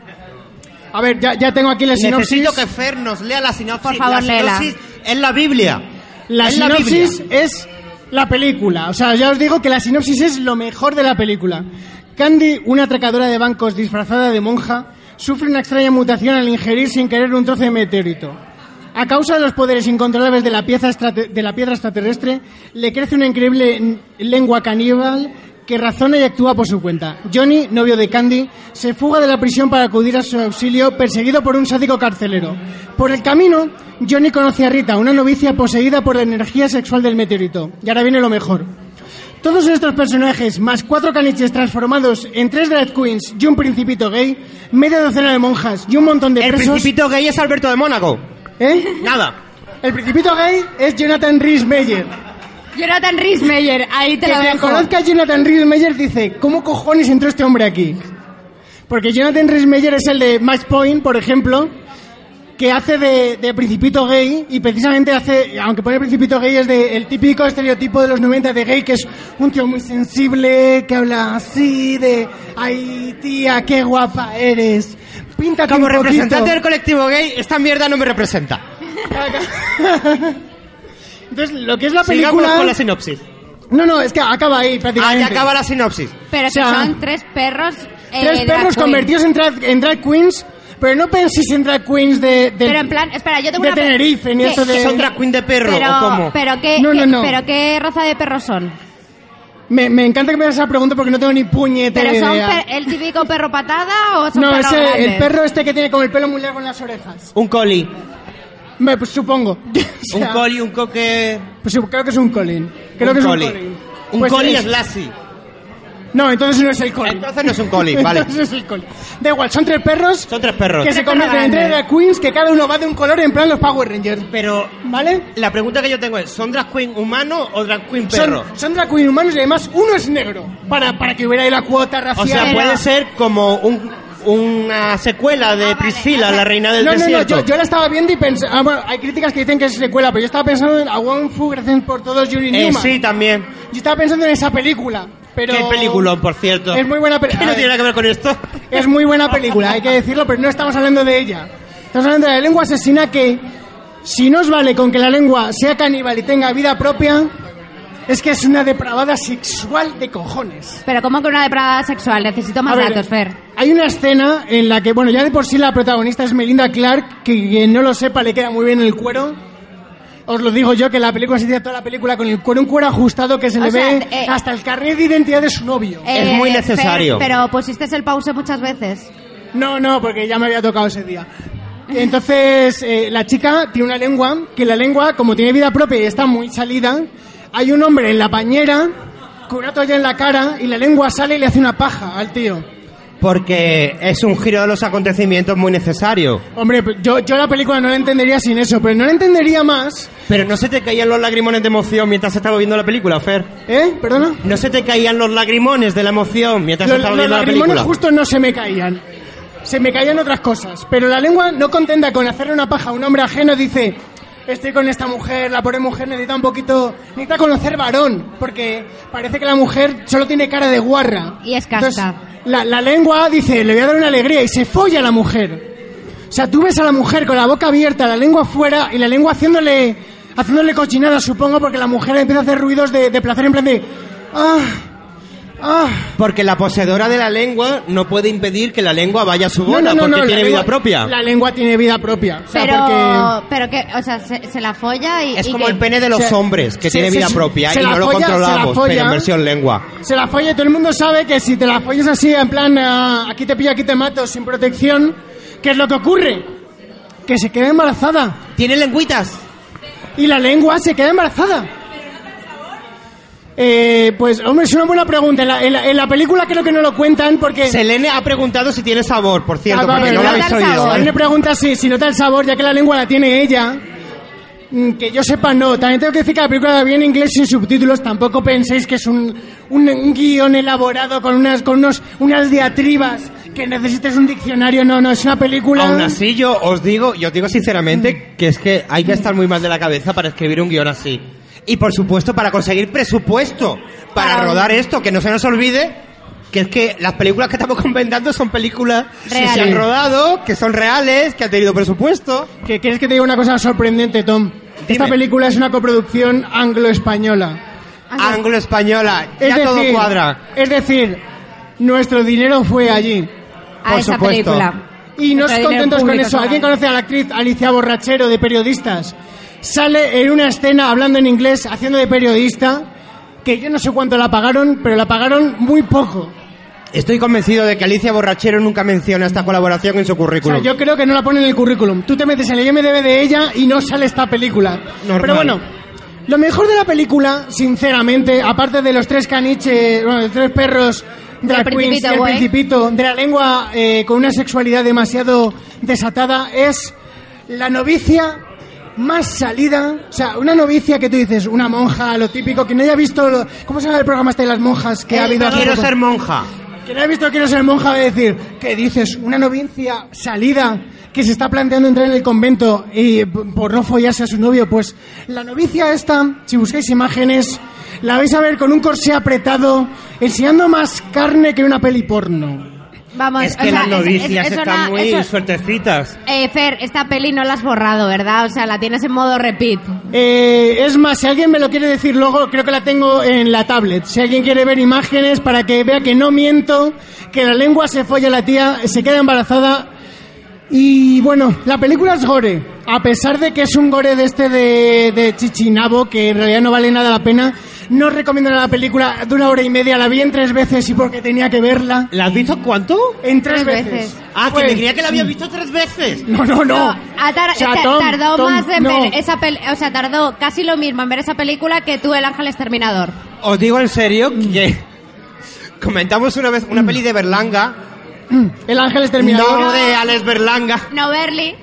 A ver, ya tengo aquí la sinopsis. Necesito que Fer nos lea la sinopsis. Por favor, la léela. sinopsis es la Biblia. La Es sinopsis Biblia. es la película. O sea, ya os digo que la sinopsis es lo mejor de la película. Candy, una atracadora de bancos disfrazada de monja, sufre una extraña mutación al ingerir sin querer un trozo de meteorito. A causa de los poderes incontrolables de la piedra extraterrestre, le crece una increíble lengua caníbal que razona y actúa por su cuenta. Johnny, novio de Candy, se fuga de la prisión para acudir a su auxilio, perseguido por un sádico carcelero. Por el camino, Johnny conoce a Rita, una novicia poseída por la energía sexual del meteorito. Y ahora viene lo mejor. Todos estos personajes, más 4 caniches transformados en 3 drag queens y un principito gay, media docena de monjas y un montón de El presos... principito gay es Alberto de Mónaco. ¿Eh? Nada. El principito gay es Jonathan Rhys-Meyer. Jonathan Rhys-Meyer, ahí te Que lo quien dejo. conozca a Jonathan Rhys-Meyer dice, ¿cómo cojones entró este hombre aquí? Porque Jonathan Rhys-Meyer es el de Match Point, por ejemplo, que hace de principito gay y precisamente hace, aunque pone principito gay, es el típico estereotipo de los 90 de gay, que es un tío muy sensible, que habla así de, ay tía, qué guapa eres, píntate Como un poquito. representante del colectivo gay, esta mierda no me representa. Entonces, lo que es la Sigamos película... con la sinopsis. No, es que acaba ahí Ah, prácticamente. ya acaba la sinopsis. Pero O sea, que son 3 perros. Tres drag perros queen. convertidos en drag queens, pero no penséis en drag queens de Pero en plan, espera, yo tengo de una pre- Tenerife, ni ¿Qué? esto de... ¿Son drag queen de perro pero, o cómo? Pero qué, No, pero qué raza de perros son. Me encanta que me hagas esa pregunta porque no tengo ni puñetera Pero son idea. el típico perro patada o son No, perros es el grandes? perro este que tiene como el pelo muy largo en las orejas. Un collie. Pues supongo. O sea, Un collie, un coque... Pues creo que es un colin. Creo que es un collie. colin. Un Pues collie es- es Lassie. No, entonces no es el colin. Entonces no es un collie, vale. Entonces es el colin. Da igual, son 3 perros Son 3 perros. que se Tres perros convierten en 3 grandes. drag queens que cada uno va de un color en plan los Power Rangers. Pero ¿Vale? la pregunta que yo tengo es, ¿son drag queen humano o drag queen perro? Son drag queen humanos y además uno es negro. Para que hubiera ahí la cuota O racial. sea, Pero- puede ser como una secuela de Priscila, la reina del No, desierto. yo la estaba viendo y pensé... bueno, hay críticas que dicen que es secuela, pero yo estaba pensando en A One Fu, gracias por todos, Yuri Newman. Sí, también. Yo estaba pensando en esa película, pero... Qué peliculón, por cierto. Es muy buena ¿Qué película. no tiene nada que ver con esto? Es muy buena película, hay que decirlo, pero no estamos hablando de ella. Estamos hablando de la lengua asesina que, si no os vale con que la lengua sea caníbal y tenga vida propia, es que es una depravada sexual de cojones. Pero ¿cómo que una depravada sexual? Necesito más A ver, datos, Fer. Hay una escena en la que, bueno, ya de por sí la protagonista es Melinda Clark, que quien no lo sepa le queda muy bien el cuero. Os lo digo yo, que la película se tira toda la película con el cuero, un cuero ajustado que se O le sea, ve hasta el carnet de identidad de su novio. Es muy necesario. Fer, pero pusiste el pause muchas veces. No, porque ya me había tocado ese día. Entonces, la chica tiene una lengua, que la lengua, como tiene vida propia y está muy salida, hay un hombre en la bañera con una toalla en la cara y la lengua sale y le hace una paja al tío. Porque es un giro de los acontecimientos muy necesario. Hombre, pues yo la película no la entendería sin eso, pero no la entendería más... Pero no se te caían los lagrimones de emoción mientras estaba viendo la película, Fer. ¿Eh? ¿Perdona? No se te caían los lagrimones de la emoción mientras Los estaba viendo la lagrimones película. justo no se me caían. Se me caían otras cosas. Pero la lengua, no contenta con hacerle una paja a un hombre ajeno, dice... Estoy con esta mujer, la pobre mujer necesita un poquito... Necesita conocer varón, porque parece que la mujer solo tiene cara de guarra. Y es casta. Entonces, la lengua dice, le voy a dar una alegría, y se folla a la mujer. O sea, tú ves a la mujer con la boca abierta, la lengua fuera, y la lengua haciéndole cochinada, supongo, porque la mujer empieza a hacer ruidos de placer en plan de... Porque la poseedora de la lengua no puede impedir que la lengua vaya a su bola, porque tiene vida propia. La lengua tiene vida propia. O sea, pero que, o sea, se la folla y... Es y como que... el pene de los hombres, que tiene vida propia y no lo controlamos, pero en versión lengua. Se la folla y todo el mundo sabe que si te la follas así, en plan, aquí te pillo, aquí te mato, sin protección, ¿qué es lo que ocurre? Que se queda embarazada. ¿Tiene lengüitas? Y la lengua se queda embarazada. Pues, hombre, es una buena pregunta. En la película creo que no lo cuentan porque... Selene ha preguntado si tiene sabor, por cierto, porque no lo habéis oído. A mí me pregunta si nota el sabor, ya que la lengua la tiene ella. Que yo sepa, no. También tengo que decir que la película la vi en inglés sin subtítulos. Tampoco penséis que es un guión elaborado con unas diatribas que necesites un diccionario. No, es una película... Aún así, yo os digo sinceramente que es que hay que estar muy mal de la cabeza para escribir un guión así. Y por supuesto para conseguir presupuesto para rodar esto, que no se nos olvide que es que las películas que estamos comentando son películas que se han rodado, que son reales, que han tenido presupuesto. ¿Quieres que te diga una cosa sorprendente, Tom? Dime. Esta película es una coproducción anglo-española. Anglo-española, ya todo cuadra. Es decir, nuestro dinero fue allí. A esa película. Y no estamos contentos con eso. ¿Alguien conoce a la actriz Alicia Borrachero de Periodistas? Sale en una escena hablando en inglés, haciendo de periodista, que yo no sé cuánto la pagaron, pero la pagaron muy poco. Estoy convencido de que Alicia Borrachero nunca menciona esta colaboración en su currículum. O sea, yo creo que no la pone en el currículum. Tú te metes en el IMDb de ella y no sale esta película. Normal. Pero bueno, lo mejor de la película, sinceramente, aparte de los tres caniches, bueno, de tres perros, drag queens y el principito, de la lengua con una sexualidad demasiado desatada, es la novicia más salida. O sea, una novicia que tú dices, una monja, lo típico, que no haya visto... ¿Cómo se llama el programa este de las monjas que ha habido? Quiero ser monja. Que no haya visto Quiero ser monja, va a decir, ¿qué dices? Una novicia salida que se está planteando entrar en el convento y por no follarse a su novio. Pues la novicia esta, si buscáis imágenes, la vais a ver con un corsé apretado, enseñando más carne que una peli porno. Vamos, es que las novicias están muy suertecitas. Fer, esta peli no la has borrado, ¿verdad? O sea, la tienes en modo repeat. Es más, si alguien me lo quiere decir luego, creo que la tengo en la tablet. Si alguien quiere ver imágenes para que vea que no miento, que la lengua se folla a la tía, se queda embarazada. Y bueno, la película es gore. A pesar de que es un gore de Chichinabo, que en realidad no vale nada la pena, no os recomiendo la película de 1 hora y media. La vi en 3 veces y porque tenía que verla. ¿La has visto cuánto? En 3 veces. Ah, que me creía que la había visto 3 veces. No. Tardó más en ver esa película, o sea, tardó casi lo mismo en ver esa película que tú, El Ángel Exterminador. Os digo en serio que comentamos una vez una peli de Berlanga. El Ángel Exterminador. No de Alex Berlanga. No, Berli.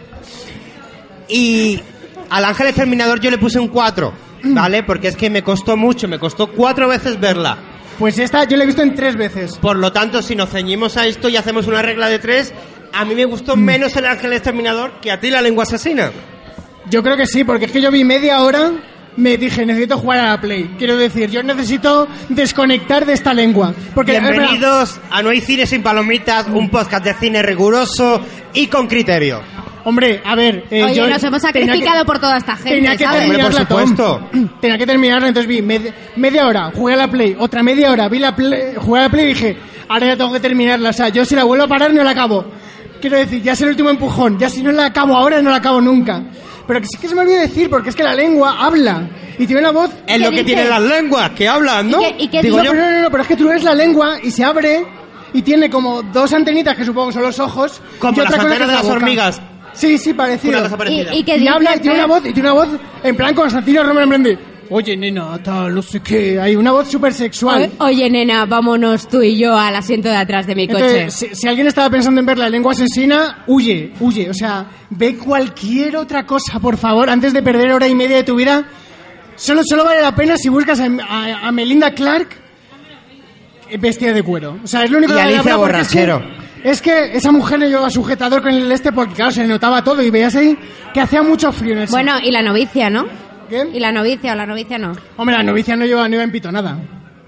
Y al Ángel Exterminador yo le puse un 4, ¿vale? Porque es que me costó mucho, me costó 4 veces verla. Pues esta yo la he visto en 3 veces. Por lo tanto, si nos ceñimos a esto y hacemos una regla de 3, a mí me gustó menos el Ángel Exterminador que a ti la lengua asesina. Yo creo que sí, porque es que yo vi media hora, me dije, necesito jugar a la Play. Quiero decir, yo necesito desconectar de esta lengua. Porque, bienvenidos a No hay cine sin palomitas, un podcast de cine riguroso y con criterio. Hombre, a ver... Oye, nos hemos sacrificado por toda esta gente, tenía que ¿sabes? terminarla, por supuesto. Tenía que terminarla, entonces vi media hora, jugué a la Play, otra media hora, jugué a la Play y dije, ahora ya tengo que terminarla. O sea, yo si la vuelvo a parar no la acabo. Quiero decir, ya es el último empujón, ya si no la acabo ahora no la acabo nunca. Pero que sí que se me olvidó decir, porque es que la lengua habla y tiene una voz... Es lo que tienen las lenguas, que hablan, ¿no? ¿Y qué digo yo? No, pero es que tú ves la lengua y se abre y tiene como 2 antenitas, que supongo que son los ojos. Como las antenas de las hormigas. Sí, parecido. Una cosa parecida. Y habla y tiene una voz en plan Constantino Romero, en plan de, oye, nena, tal, no sé qué. Hay una voz súper sexual. Oye, nena, vámonos tú y yo al asiento de atrás de mi coche. Entonces, si alguien estaba pensando en ver La lengua asesina, huye. O sea, ve cualquier otra cosa, por favor, antes de perder 1 hora y media de tu vida. Solo vale la pena si buscas a Melinda Clark vestida de cuero. O sea, es lo único y que vale la Alicia pena. Borrachero. Es que esa mujer le llevaba sujetador con el porque claro, se le notaba todo y veías ahí que hacía mucho frío en el set. Bueno, y la novicia, ¿no? ¿Qué? ¿Y la novicia o la novicia no? Hombre, la novicia no iba en pito nada.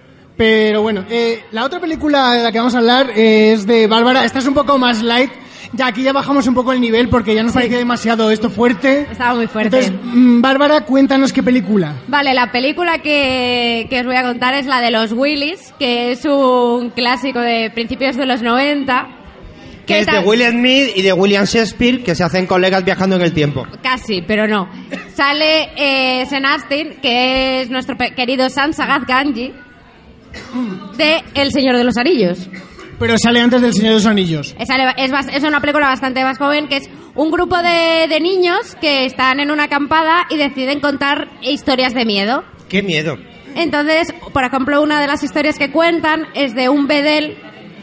Pero bueno, la otra película de la que vamos a hablar es de Bárbara. Esta es un poco más light Ya, aquí ya bajamos un poco el nivel porque ya nos parece demasiado esto fuerte. Estaba muy fuerte. Entonces, Bárbara, cuéntanos qué película. Vale, la película que os voy a contar es la de los Willys, que es un clásico de principios de los 90. Que es de William Smith y de William Shakespeare, que se hacen colegas viajando en el tiempo. Casi, pero no. Sale Sean Astin, que es nuestro querido Sansagat Ganji, de El Señor de los Anillos. Pero sale antes del Señor de los Anillos. Es una película bastante más joven, que es un grupo de niños que están en una acampada y deciden contar historias de miedo. ¡Qué miedo! Entonces, por ejemplo, una de las historias que cuentan es de un bedel,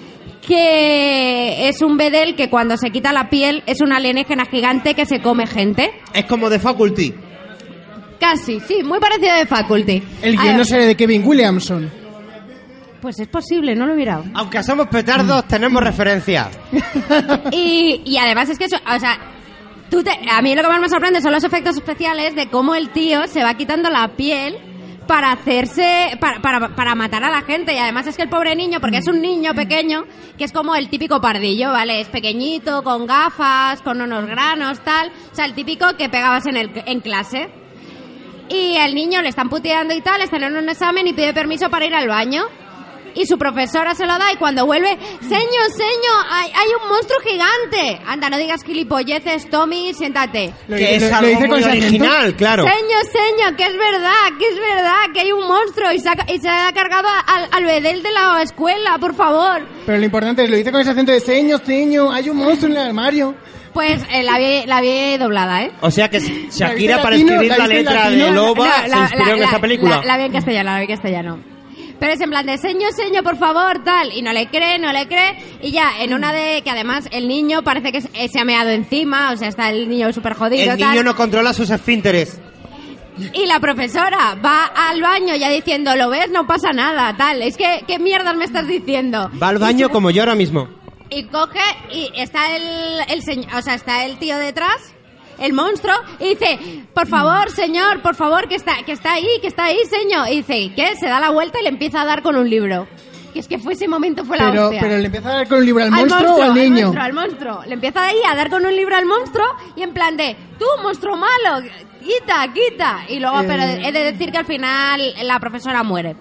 que es un bedel que cuando se quita la piel es un alienígena gigante que se come gente. Es como The Faculty. Casi, sí, muy parecido a The Faculty. El guion no sé de Kevin Williamson. Pues es posible, no lo he mirado. Aunque somos petardos, tenemos referencia. Y además es que eso, o sea, a mí lo que más me sorprende son los efectos especiales de cómo el tío se va quitando la piel para hacerse, para matar a la gente. Y además es que el pobre niño, porque es un niño pequeño, que es como el típico pardillo, ¿vale? Es pequeñito, con gafas, con unos granos, tal. O sea, el típico que pegabas en clase. Y el niño le están puteando y tal, están en un examen y pide permiso para ir al baño. Y su profesora se lo da y cuando vuelve, señor, hay un monstruo gigante. Anda, no digas gilipolleces, Tommy, siéntate. Que es algo muy original, claro. Señor, que es verdad, que hay un monstruo y se ha cargado al bedel de la escuela, por favor. Pero lo importante es, lo dice con ese acento de señor, hay un monstruo en el armario. Pues la vi doblada, ¿eh? O sea que Shakira, para escribir la letra de Loba, se inspiró en esta película. La vi en castellano. Pero es en plan de señor, por favor, tal. Y no le cree. Y ya, en una de que además el niño parece que se ha meado encima. O sea, está el niño súper jodido. El niño no controla sus esfínteres. Y la profesora va al baño ya diciendo, ¿lo ves? No pasa nada, tal. Es que, ¿qué mierdas me estás diciendo? Va al baño como yo ahora mismo. Y coge y está está el tío detrás, el monstruo, y dice, por favor, señor, que está ahí, señor. Y dice, ¿qué? Se da la vuelta y le empieza a dar con un libro. Que es que ese momento fue la hostia. Pero le empieza a dar con un libro al monstruo o al niño. Al monstruo. Le empieza ahí a dar con un libro al monstruo y en plan de, tú, monstruo malo, quita. Y luego, pero he de decir que al final la profesora muere.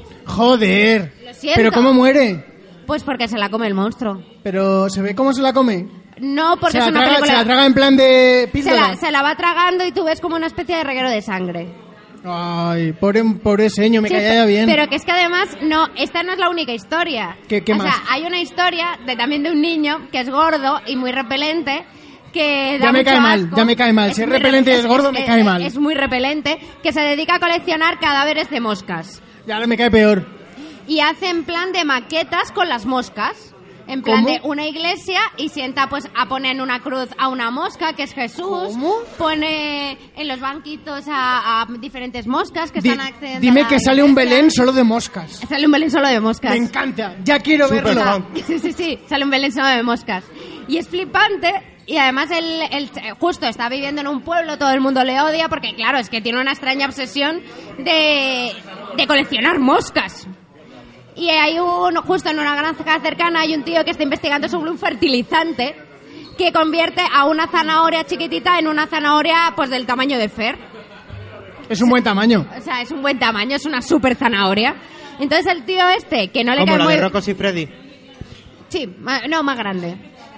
Joder. Lo siento. ¿Pero cómo muere? Pues porque se la come el monstruo. ¿Pero se ve cómo se la come? No, porque es una película... ¿Se la traga en plan de píldora? Se la va tragando y tú ves como una especie de reguero de sangre. Ay, pobre señor, me caía ya bien. Pero que es que además, esta no es la única historia. ¿Qué más? O sea, hay una historia también de un niño que es gordo y muy repelente, que da ya me cae mal. Si es repelente y es gordo, me cae mal. Es muy repelente, que se dedica a coleccionar cadáveres de moscas. Ya me cae peor. Y hace en plan de maquetas con las moscas. En plan de una iglesia y sienta pues a poner en una cruz a una mosca, que es Jesús. ¿Cómo? Pone en los banquitos a diferentes moscas que están accediendo. Dime que sale un Belén solo de moscas. Sale un Belén solo de moscas. Me encanta, ya quiero verlo. Sí, sale un Belén solo de moscas. Y es flipante. Y además él justo está viviendo en un pueblo, todo el mundo le odia porque claro, es que tiene una extraña obsesión de coleccionar moscas. Y hay justo en una granja cercana hay un tío que está investigando sobre un fertilizante que convierte a una zanahoria chiquitita en una zanahoria pues del tamaño de Fer. Es un buen tamaño. O sea, es un buen tamaño, es una super zanahoria. Entonces el tío que no le cae muy... Como la de Rocco y Freddy. Sí, no, más grande.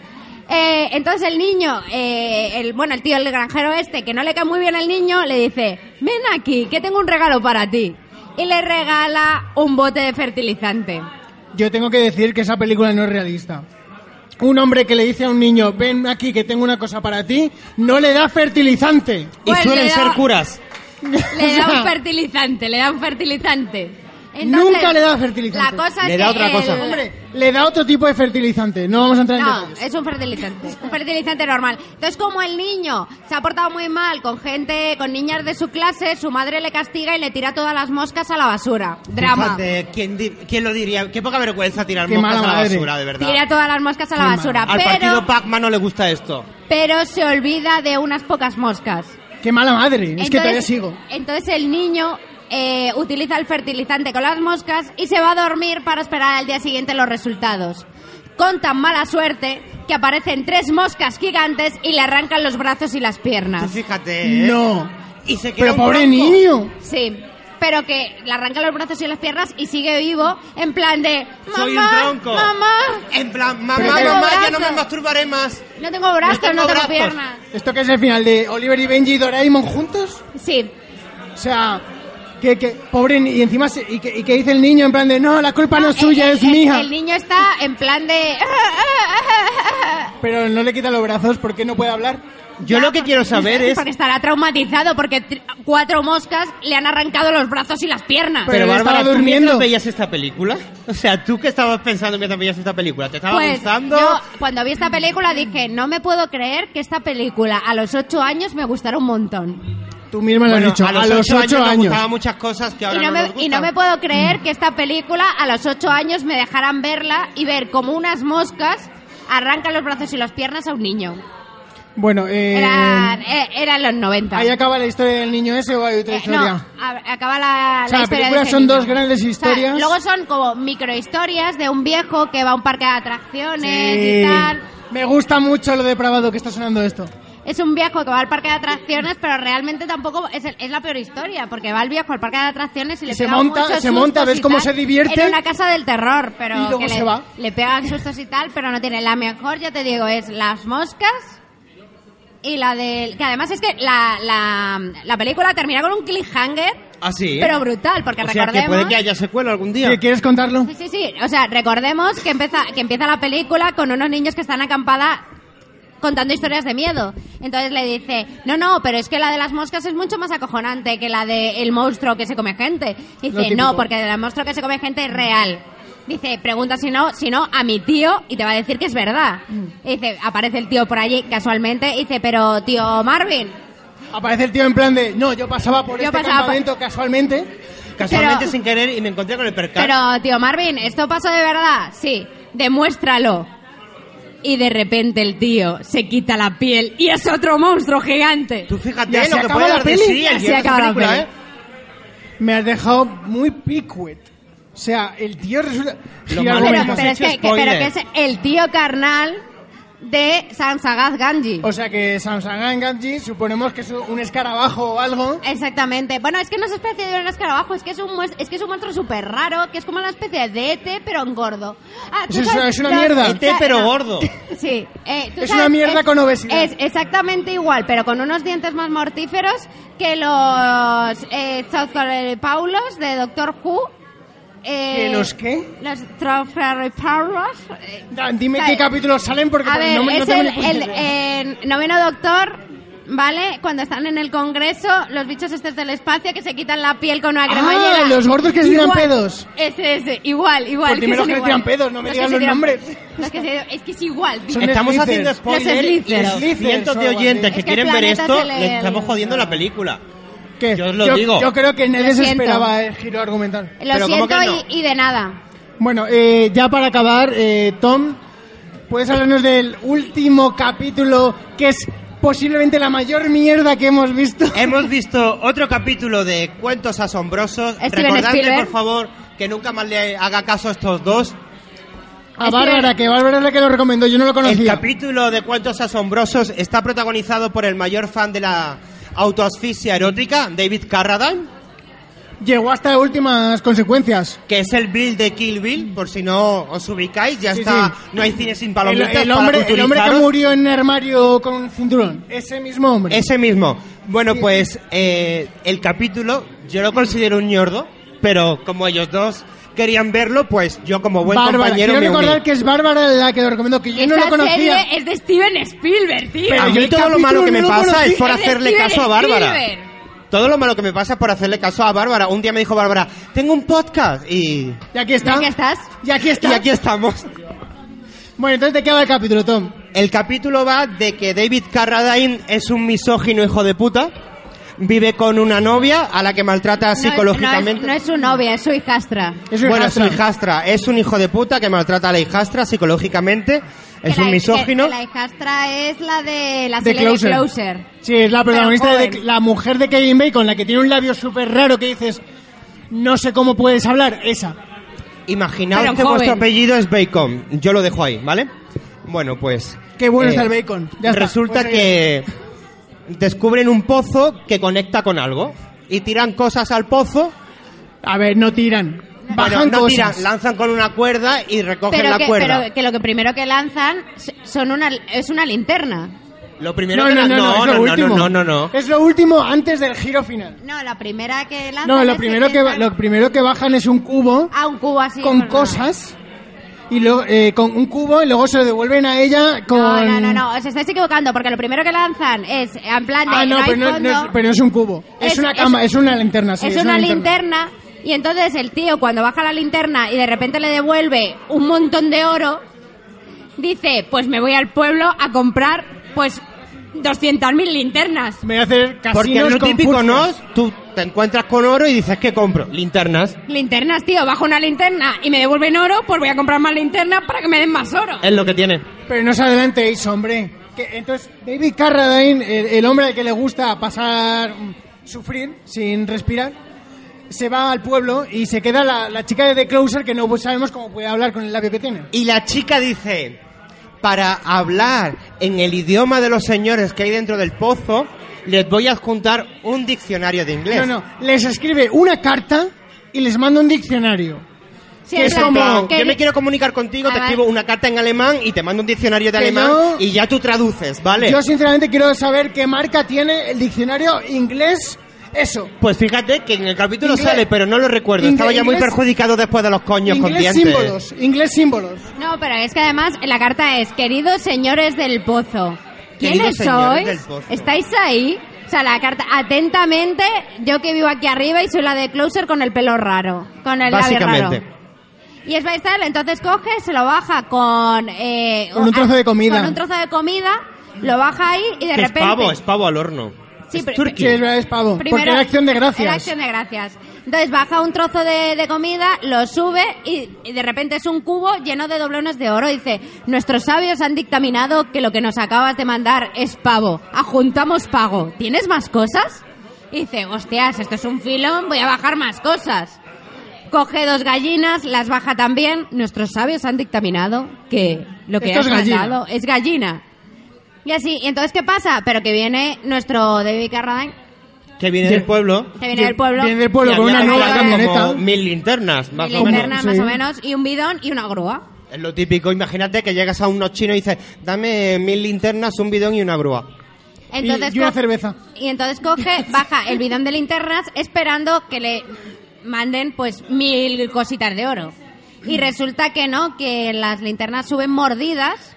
Entonces el niño, el tío, el granjero que no le cae muy bien al niño, le dice, ven aquí, que tengo un regalo para ti. Y le regala un bote de fertilizante. Yo tengo que decir que esa película no es realista. Un hombre que le dice a un niño, ven aquí que tengo una cosa para ti, no le da fertilizante. Pues y suelen ser curas. Le da un fertilizante. Entonces, nunca le da fertilizante. La cosa le es da que otra cosa. Hombre, le da otro tipo de fertilizante. No vamos a entrar en detalles. Es un fertilizante normal. Entonces, como el niño se ha portado muy mal con niñas de su clase, su madre le castiga y le tira todas las moscas a la basura. Drama. Fíjate, ¿quién lo diría? Qué poca vergüenza tirar Qué moscas a la madre. basura, de verdad. Tira todas las moscas a la basura. Al partido Pac-Man no le gusta esto. Pero se olvida de unas pocas moscas. Qué mala madre. Es que todavía sigo. Entonces el niño utiliza el fertilizante con las moscas y se va a dormir para esperar al día siguiente los resultados. Con tan mala suerte que aparecen 3 moscas gigantes y le arrancan los brazos y las Tú piernas. fíjate, ¿eh? No. Y se queda Pero un pobre tronco. niño. Sí, pero que le arrancan los brazos y las piernas y sigue vivo en plan de... Soy un Mamá, tronco. mamá, En plan, mamá, Pero mamá, que- ya no me brazo. masturbaré más. no tengo brazos, No tengo no tengo brazos. piernas. ¿Esto qué es el final de Oliver y Benji y Doraemon juntos? Sí, O sea, que pobre y encima y que dice el niño en plan de no, la culpa no es suya, es mía. El niño está en plan de... Pero no le quita los brazos porque no puede hablar. Yo lo que quiero saber es... Porque estará traumatizado porque 4 moscas le han arrancado los brazos y las piernas. Pero él Bárbara, estaba ¿tú durmiendo. mientras veías esta película? O sea, ¿tú qué estabas pensando mientras veías esta película? ¿Te estaba Pues gustando? yo cuando vi esta película dije, no me puedo creer que esta película a los 8 años me gustara un montón. Tú misma lo has dicho, a los 8 nos años. gustaban muchas cosas que ahora Y no, no nos y no gustan. me puedo creer que esta película a los 8 años me dejaran verla y ver como unas moscas arrancan los brazos y las piernas a un niño. Bueno, Eran los 90. ¿ahí acaba la historia del niño ese o hay otra historia? No, acaba la, O sea, la la historia película de ese son niño. 2 grandes historias. O sea, luego son como microhistorias de un viejo que va a un parque de atracciones Sí. y tal. Me gusta mucho lo depravado que está sonando esto. Es un viejo que va al parque de atracciones, pero realmente tampoco es la peor historia, porque va el viejo al parque de atracciones y le Se pega monta, muchos se monta, sustos ¿ves y cómo tal. se divierte? En una casa del terror, pero Y luego que se va. le pegan sustos y tal, pero no tiene. La mejor, ya te digo, es las moscas y la del... Que además es que la película termina con un cliffhanger, ¿Ah, sí? pero brutal, porque O sea, que recordemos... puede que haya secuela algún día. ¿Quieres contarlo? Sí, sí, sí. O sea, recordemos que empieza la película con unos niños que están acampada contando historias de miedo. Entonces le dice, no, pero es que la de las moscas es mucho más acojonante que la del monstruo que se come gente. Lo Dice, típico. no, porque el monstruo que se come gente es real. Dice, pregunta si no a mi tío y te va a decir que es verdad. Y dice, aparece el tío por allí casualmente y dice, pero tío Marvin, Aparece el tío en plan de no, yo pasaba por Yo este pasaba por- campamento casualmente. Casualmente Pero- sin querer y me encontré con el percal. pero tío Marvin, ¿esto pasó de verdad? Sí, demuéstralo. Y de repente el tío se quita la piel y es otro monstruo gigante. Tú fíjate Ya se lo que acaba puede la dar de peli. sí Ya el se guion de esta acaba la película, peli. ¿eh? Me has dejado muy picuet. O sea, el tío resulta... Lo gira malo Pero, argumentos. hemos pero hecho es pero spoiler. que es el tío carnal de Samsagat Ganji. O sea que Samsung Ganji suponemos que es un escarabajo o algo. Exactamente. Bueno, es que no es especie de un escarabajo, es que es un monstruo súper raro, que es como una especie de ET, pero en gordo. Ah, ¿tú Eso sabes? es una mierda. ET pero gordo. Sí. ¿tú Es una mierda con obesidad. Es exactamente igual, pero con unos dientes más mortíferos que los Paulos de Doctor Who. ¿Que los qué? Los Paulos. Dime o sea, qué capítulos salen porque A ver, no es tengo ni el puta idea. noveno doctor, ¿vale? Cuando están en el congreso, los bichos estos del espacio que se quitan la piel con una cremallera. Los gordos que se tiran Igual, pedos. Ese, igual. Pues dime los que se tiran pedos, no me digas los nombres. Es que es igual. Son Estamos Slithers. haciendo spoiler y Slithers. los Slithers cientos o de algo así. oyentes Es que que el quieren ver planeta esto, se le- les estamos jodiendo la película. ¿Qué? Yo os lo digo. Yo creo que nadie Lo se siento. esperaba el giro argumental. Lo Pero ¿cómo siento que no? y de nada. Bueno, ya para acabar, Tom, ¿puedes hablarnos del último capítulo que es posiblemente la mayor mierda que hemos visto? Hemos visto otro capítulo de Cuentos Asombrosos. Steven Recordadme, Spielberg. por favor, que nunca más le haga caso a estos dos. A Bárbara, que Bárbara es la que lo recomendó, yo no lo El conocía. capítulo de Cuentos Asombrosos está protagonizado por el mayor fan de la autoasfixia erótica, David Carradine, Llegó hasta últimas consecuencias. que es el Bill de Kill Bill, por si no os ubicáis, ya Sí, está, sí. no hay cine sin El, palomitas el hombre para que culturizaros. murió en el armario con un cinturón. Ese mismo hombre. Ese mismo. Bueno, pues el capítulo yo lo considero un ñordo, pero como ellos dos querían verlo, pues yo como buen Bárbara. compañero Quiero me recordar uní. que es Bárbara la que lo recomendó, que yo no Esta lo conocía. serie es de Steven Spielberg, tío. Pero A yo mí el todo lo malo que me capítulo no lo pasa es conocí. por Es de hacerle Steven caso a Bárbara. Spielberg. Todo lo malo que me pasa es por hacerle caso a Bárbara. Un día me dijo Bárbara, tengo un podcast y Y aquí está. ¿Ya que estás? Y aquí está. y aquí estamos. Bueno, entonces, ¿de qué va el capítulo, Tom? El capítulo va de que David Carradine es un misógino hijo de puta. Vive con una novia a la que maltrata psicológicamente. No es su novia, es su hijastra. Es un Bueno, hijastra. su hijastra es un hijo de puta que maltrata a la hijastra psicológicamente. Es Que un la- misógino. que la hijastra es la de la De serie de Closer. Closer. Sí, es la protagonista Pero de joven. la mujer de Kevin Bacon, la que tiene un labio súper raro que dices, no sé cómo puedes hablar, esa. Imaginaos Pero que joven. vuestro apellido es Bacon. Yo lo dejo ahí, ¿vale? Bueno, pues... Qué bueno está el bacon. Ya está. Resulta Pues, que descubren un pozo que conecta con algo y tiran cosas al pozo. A ver, no tiran. Bajan Bueno, no cosas. tiran, lanzan con una cuerda y recogen Pero la cuerda. pero que lo que primero que lanzan es una linterna. Lo primero No, que no, no, es lo último. no. Es lo último antes del giro final. No, la primera que lanzan No, es lo primero que bajan es un cubo un cubo así. con pues nada. cosas y luego con un cubo y luego se lo devuelven a ella con... No, os estáis equivocando porque lo primero que lanzan es en plan de no, hay pero no, fondo. pero no es un cubo. Es una cama, es una linterna, sí. Es una linterna y entonces el tío cuando baja la linterna y de repente le devuelve un montón de oro, dice, pues me voy al pueblo a comprar pues 200.000 linternas. Me voy a hacer casinos Porque es lo con típico, ¿no? furcias. Tú te encuentras con oro y dices, ¿qué compro? Linternas. Linternas, tío, bajo una linterna y me devuelven oro, pues voy a comprar más linternas para que me den más oro. Es lo que tiene. Pero no os adelantéis, hombre. Entonces, David Carradine, el hombre al que le gusta sufrir sin respirar, se va al pueblo y se queda la chica de The Closer, que no sabemos cómo puede hablar con el labio que tiene. Y la chica dice, para hablar en el idioma de los señores que hay dentro del pozo, les voy a adjuntar un diccionario de inglés. No, les escribe una carta y les manda un diccionario. Sí, que en es plan, como- que- Yo me quiero comunicar contigo, te Además- escribo una carta en alemán y te mando un diccionario de Que alemán yo- y ya tú traduces, ¿vale? Yo sinceramente quiero saber qué marca tiene el diccionario inglés. Eso. Pues fíjate que en el capítulo Inglés- sale, pero no lo recuerdo. Estaba ya muy inglés- perjudicado después de los coños con Inglés dientes. Inglés símbolos. No, pero es que además la carta es, queridos señores del pozo, Queridos ¿quiénes señores sois? del pozo. ¿Estáis ahí? O sea, la carta, atentamente, yo que vivo aquí arriba y soy la de Closer con el pelo raro, con el labio Básicamente. raro. Y es Baistal, entonces coge, se lo baja con un trozo de comida. Con un trozo de comida, lo baja ahí y de Que repente... es pavo al horno. Sí, Es pero- turkey. Sí, es verdad, es pavo. Porque era acción de gracias. Era acción de gracias. Entonces baja un trozo de comida, lo sube y de repente es un cubo lleno de doblones de oro. Dice, nuestros sabios han dictaminado que lo que nos acabas de mandar es pavo. Adjuntamos pago. ¿Tienes más cosas? Y dice, hostias, esto es un filón, voy a bajar más cosas. Coge 2 gallinas, las baja también. Nuestros sabios han dictaminado que lo que Esto has es gallina. mandado es gallina. Y así, ¿y entonces qué pasa? Pero que viene nuestro David Carradine, Que viene del pueblo. que viene del pueblo, Viene del pueblo y con había una nueva comprado camioneta. como 1000 linternas, más y o menos. linternas más sí. o menos, y un bidón y una grúa. Es lo típico. Imagínate que llegas a unos chinos y dices, dame 1000 linternas, un bidón y una grúa. Entonces y una co- cerveza. Y entonces coge, baja el bidón de linternas esperando que le manden pues 1000 cositas de oro. Y resulta que no, que las linternas suben mordidas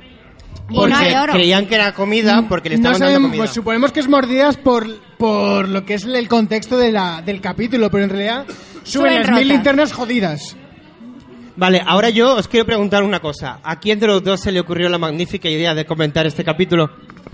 y Porque no hay oro. creían que era comida porque le No estaban dando sabemos, comida. pues suponemos que es mordidas por lo que es el contexto del capítulo, pero en realidad suben Suben las 1000 rotas. linternas jodidas. Vale, ahora yo os quiero preguntar una cosa. ¿A quién de los dos se le ocurrió la magnífica idea de comentar este capítulo?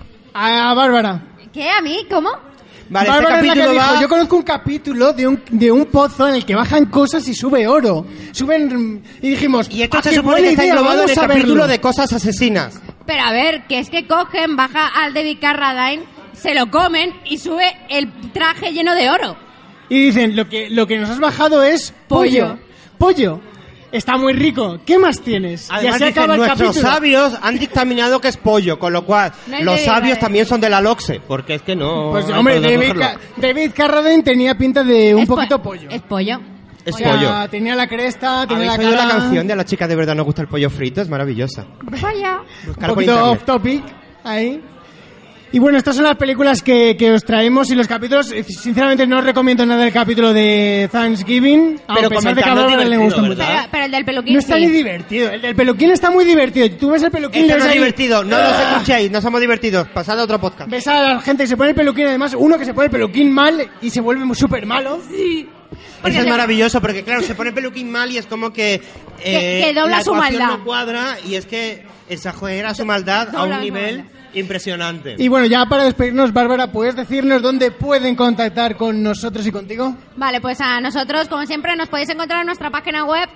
A Bárbara. ¿Qué? ¿A mí? ¿Cómo? Vale, Bárbara este es la que capítulo dijo, va... yo conozco un capítulo de un pozo en el que bajan cosas y sube oro. Suben y dijimos, Y esto "Ah, se qué supone buena que está idea, englobado en el vamos a capítulo verlo". de cosas asesinas. Pero a ver, que es que cogen, baja al David Carradine, se lo comen y sube el traje lleno de oro. Y dicen, lo que nos has bajado es pollo. Pollo. Está muy rico. ¿Qué más tienes? Además, ya se dicen, acaba el nuestros capítulo. sabios han dictaminado que es pollo, con lo cual No es los de- sabios vale. también son de la LOXE, porque es que no... Pues no hombre, podemos David, cogerlo. David Carradine tenía pinta de un Es po- poquito pollo. Es pollo. Es O sea, pollo. tenía la cresta, tenía ¿Habéis la oído cara... la canción de A la chica de verdad nos gusta el pollo frito? Es maravillosa. Vaya. Un Buscar por poquito internet. off topic ahí. Y bueno, estas son las películas que os traemos y los capítulos. Sinceramente no os recomiendo nada del capítulo de Thanksgiving, Pero a pesar de que a comentarlo Bárbara le divertido, gusta mucho. ¿verdad? Pero el del peluquín No está sí. ni divertido. El del peluquín está muy divertido. Tú ves el peluquín y Esto le no ves es ahí- divertido, no nos escuchéis, no somos divertidos. Pasad a otro podcast. Ves a la gente que se pone el peluquín, además uno que se pone el peluquín mal y se vuelve súper malo. Eso es maravilloso porque, claro, se pone el peluquín mal y es como que... Que dobla la su ecuación maldad. no cuadra y es que exagera su maldad a Dobla un su nivel maldad. impresionante. Y bueno, ya para despedirnos, Bárbara, ¿puedes decirnos dónde pueden contactar con nosotros y contigo? Vale, pues a nosotros, como siempre, nos podéis encontrar en nuestra página web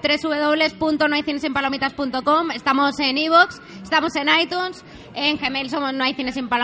www.nohaycinesinpalomitas.com. Estamos en iVoox, estamos en iTunes, en Gmail somos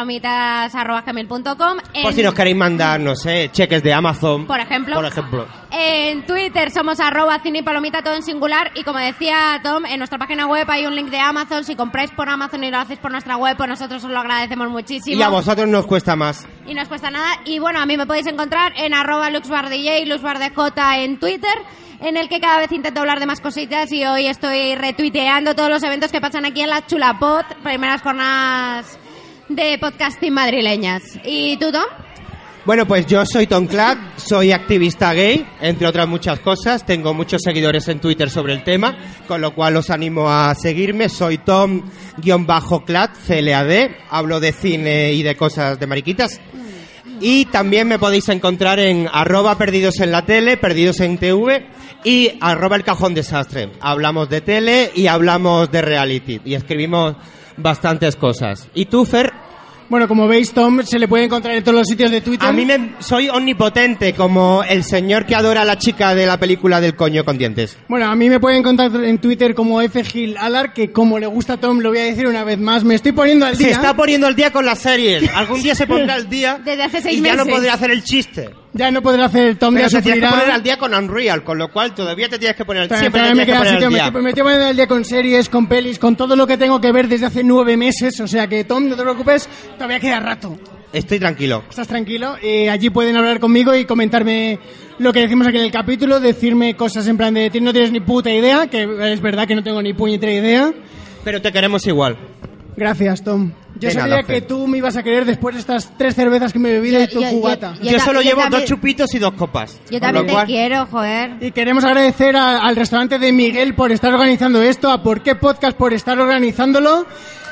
nohaycinesinpalomitas@gmail.com. Por si nos queréis mandar, no sé, cheques de Amazon. Por ejemplo. En Twitter somos @cinepalomita, todo en singular. Y como decía Tom, en nuestra página web hay un link de Amazon. Si compráis por Amazon y lo hacéis por nuestra web, pues nosotros os lo agradecemos muchísimo. Y a vosotros nos cuesta más. Y no os cuesta nada. Y bueno, a mí me podéis encontrar en @luxbardj, luxbardj en Twitter, en el que cada vez intento hablar de más cositas, y hoy estoy retuiteando todos los eventos que pasan aquí en la Chulapod, primeras jornadas de podcasting madrileñas. ¿Y tú, Tom? Bueno, pues yo soy Tom Clad, soy activista gay, entre otras muchas cosas. Tengo muchos seguidores en Twitter sobre el tema, con lo cual os animo a seguirme. Soy Tom-Clad, CLAD, hablo de cine y de cosas de mariquitas. Y también me podéis encontrar en @perdidos en la tele, perdidos en TV y @el cajón desastre. Hablamos de tele y hablamos de reality y escribimos bastantes cosas. ¿Y tú, Fer? Bueno, como veis, Tom se le puede encontrar en todos los sitios de Twitter. A mí soy omnipotente, como el señor que adora a la chica de la película del coño con dientes. Bueno, a mí me pueden encontrar en Twitter como FGilalar, que como le gusta a Tom, lo voy a decir una vez más, me estoy poniendo al día. Se está poniendo al día con las series. Algún día se pondrá al día Desde hace 6 y ya meses. no podrá hacer el chiste. Ya no podrá hacer el Tom, Pero ya te tienes que sufrirá. poner al día con Unreal, con lo cual todavía te tienes que poner al día. Siempre Pero te me tienes que queda poner así, al tío, día. me estoy poniendo al día con series, con pelis, con todo lo que tengo que ver desde hace 9 meses, o sea que Tom, no te preocupes, todavía queda rato. Estoy tranquilo. Estás tranquilo, allí pueden hablar conmigo y comentarme lo que decimos aquí en el capítulo, decirme cosas en plan de no tienes ni puta idea, que es verdad que no tengo ni puñetera idea. Pero te queremos igual. Gracias, Tom. Yo De sabía nada, que Fer. tú me ibas a querer después de estas 3 cervezas que me he bebido y tu cubata. Yo solo llevo también- 2 chupitos y 2 copas. Yo Con también lo te cual- quiero, joder. Y queremos agradecer al restaurante de Miguel por estar organizando esto, a Por qué Podcast por estar organizándolo.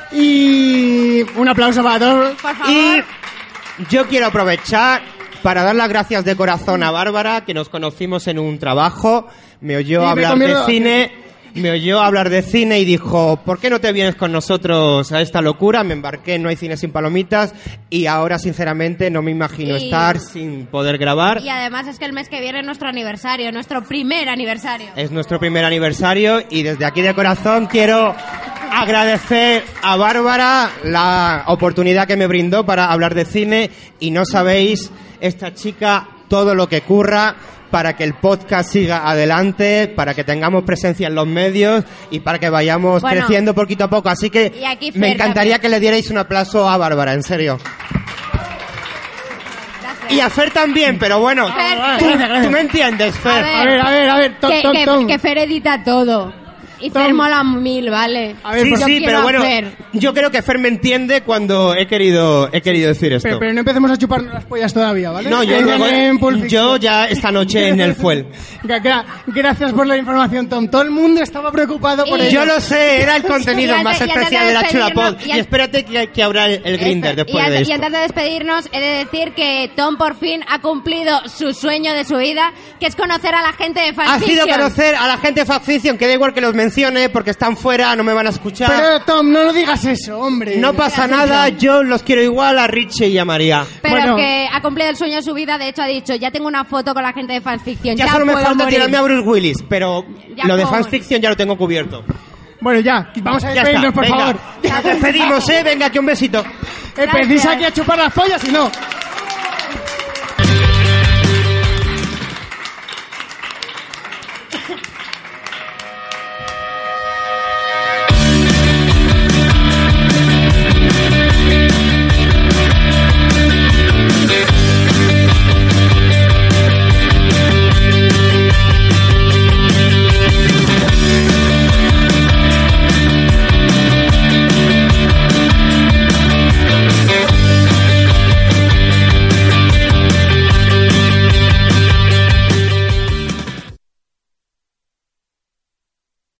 Y un aplauso para todos. Por favor. Y yo quiero aprovechar para dar las gracias de corazón a Bárbara, que nos conocimos en un trabajo, me oyó Y me hablar comió- de cine y dijo, ¿por qué no te vienes con nosotros a esta locura? Me embarqué en No hay cine sin palomitas y ahora sinceramente no me imagino Y- estar sin poder grabar. Y además es que el mes que viene es nuestro aniversario, nuestro primer aniversario. Es nuestro primer aniversario y desde aquí de corazón quiero agradecer a Bárbara la oportunidad que me brindó para hablar de cine y no sabéis, esta chica, todo lo que curra para que el podcast siga adelante, para que tengamos presencia en los medios y para que vayamos Bueno, creciendo poquito a poco. Así que y aquí Fer me encantaría también. que le dierais un aplauso a Bárbara, en serio. Gracias. Y a Fer también, pero bueno, Fer, tú me entiendes, Fer. A ver. A ver, Tom, Tom. que Fer edita todo. Y Tom. Fer mola 1000, ¿vale? A ver, Sí, por- yo sí, quiero pero a bueno, Fer. yo creo que Fer me entiende cuando he querido decir esto. pero no empecemos a chuparnos las pollas todavía, ¿vale? No, yo, Que luego- en Pulp Fiction. yo ya esta noche en el fuel. Gracias por la información, Tom. Todo el mundo estaba preocupado por Y- ello. Yo lo sé, era el contenido Y antes- más y antes especial de de la despedirnos, Chulapod. y Y an- espérate que habrá el Grindr después y de antes, esto. y antes de despedirnos, he de decir que Tom por fin ha cumplido su sueño de su vida, que es conocer a la gente de Fan Ha sido Fiction. conocer a la gente de Fact Fiction, que da igual que los mencione porque están fuera, no me van a escuchar. Pero, Tom, no lo digas eso, hombre. No pasa nada, yo los quiero igual a Richie y a María. Pero Bueno. que ha cumplido el sueño de su vida. De hecho, ha dicho, ya tengo una foto con la gente de Fan Fiction. Ya solo me puedo falta morir. tirarme a Bruce Willis, pero Ya lo de con- Fan Fiction ya lo tengo cubierto. Bueno, ya, vamos a Ya está, despedirnos, por venga. favor. Nos despedimos, venga, aquí un besito. Venís aquí a chupar las pollas y no.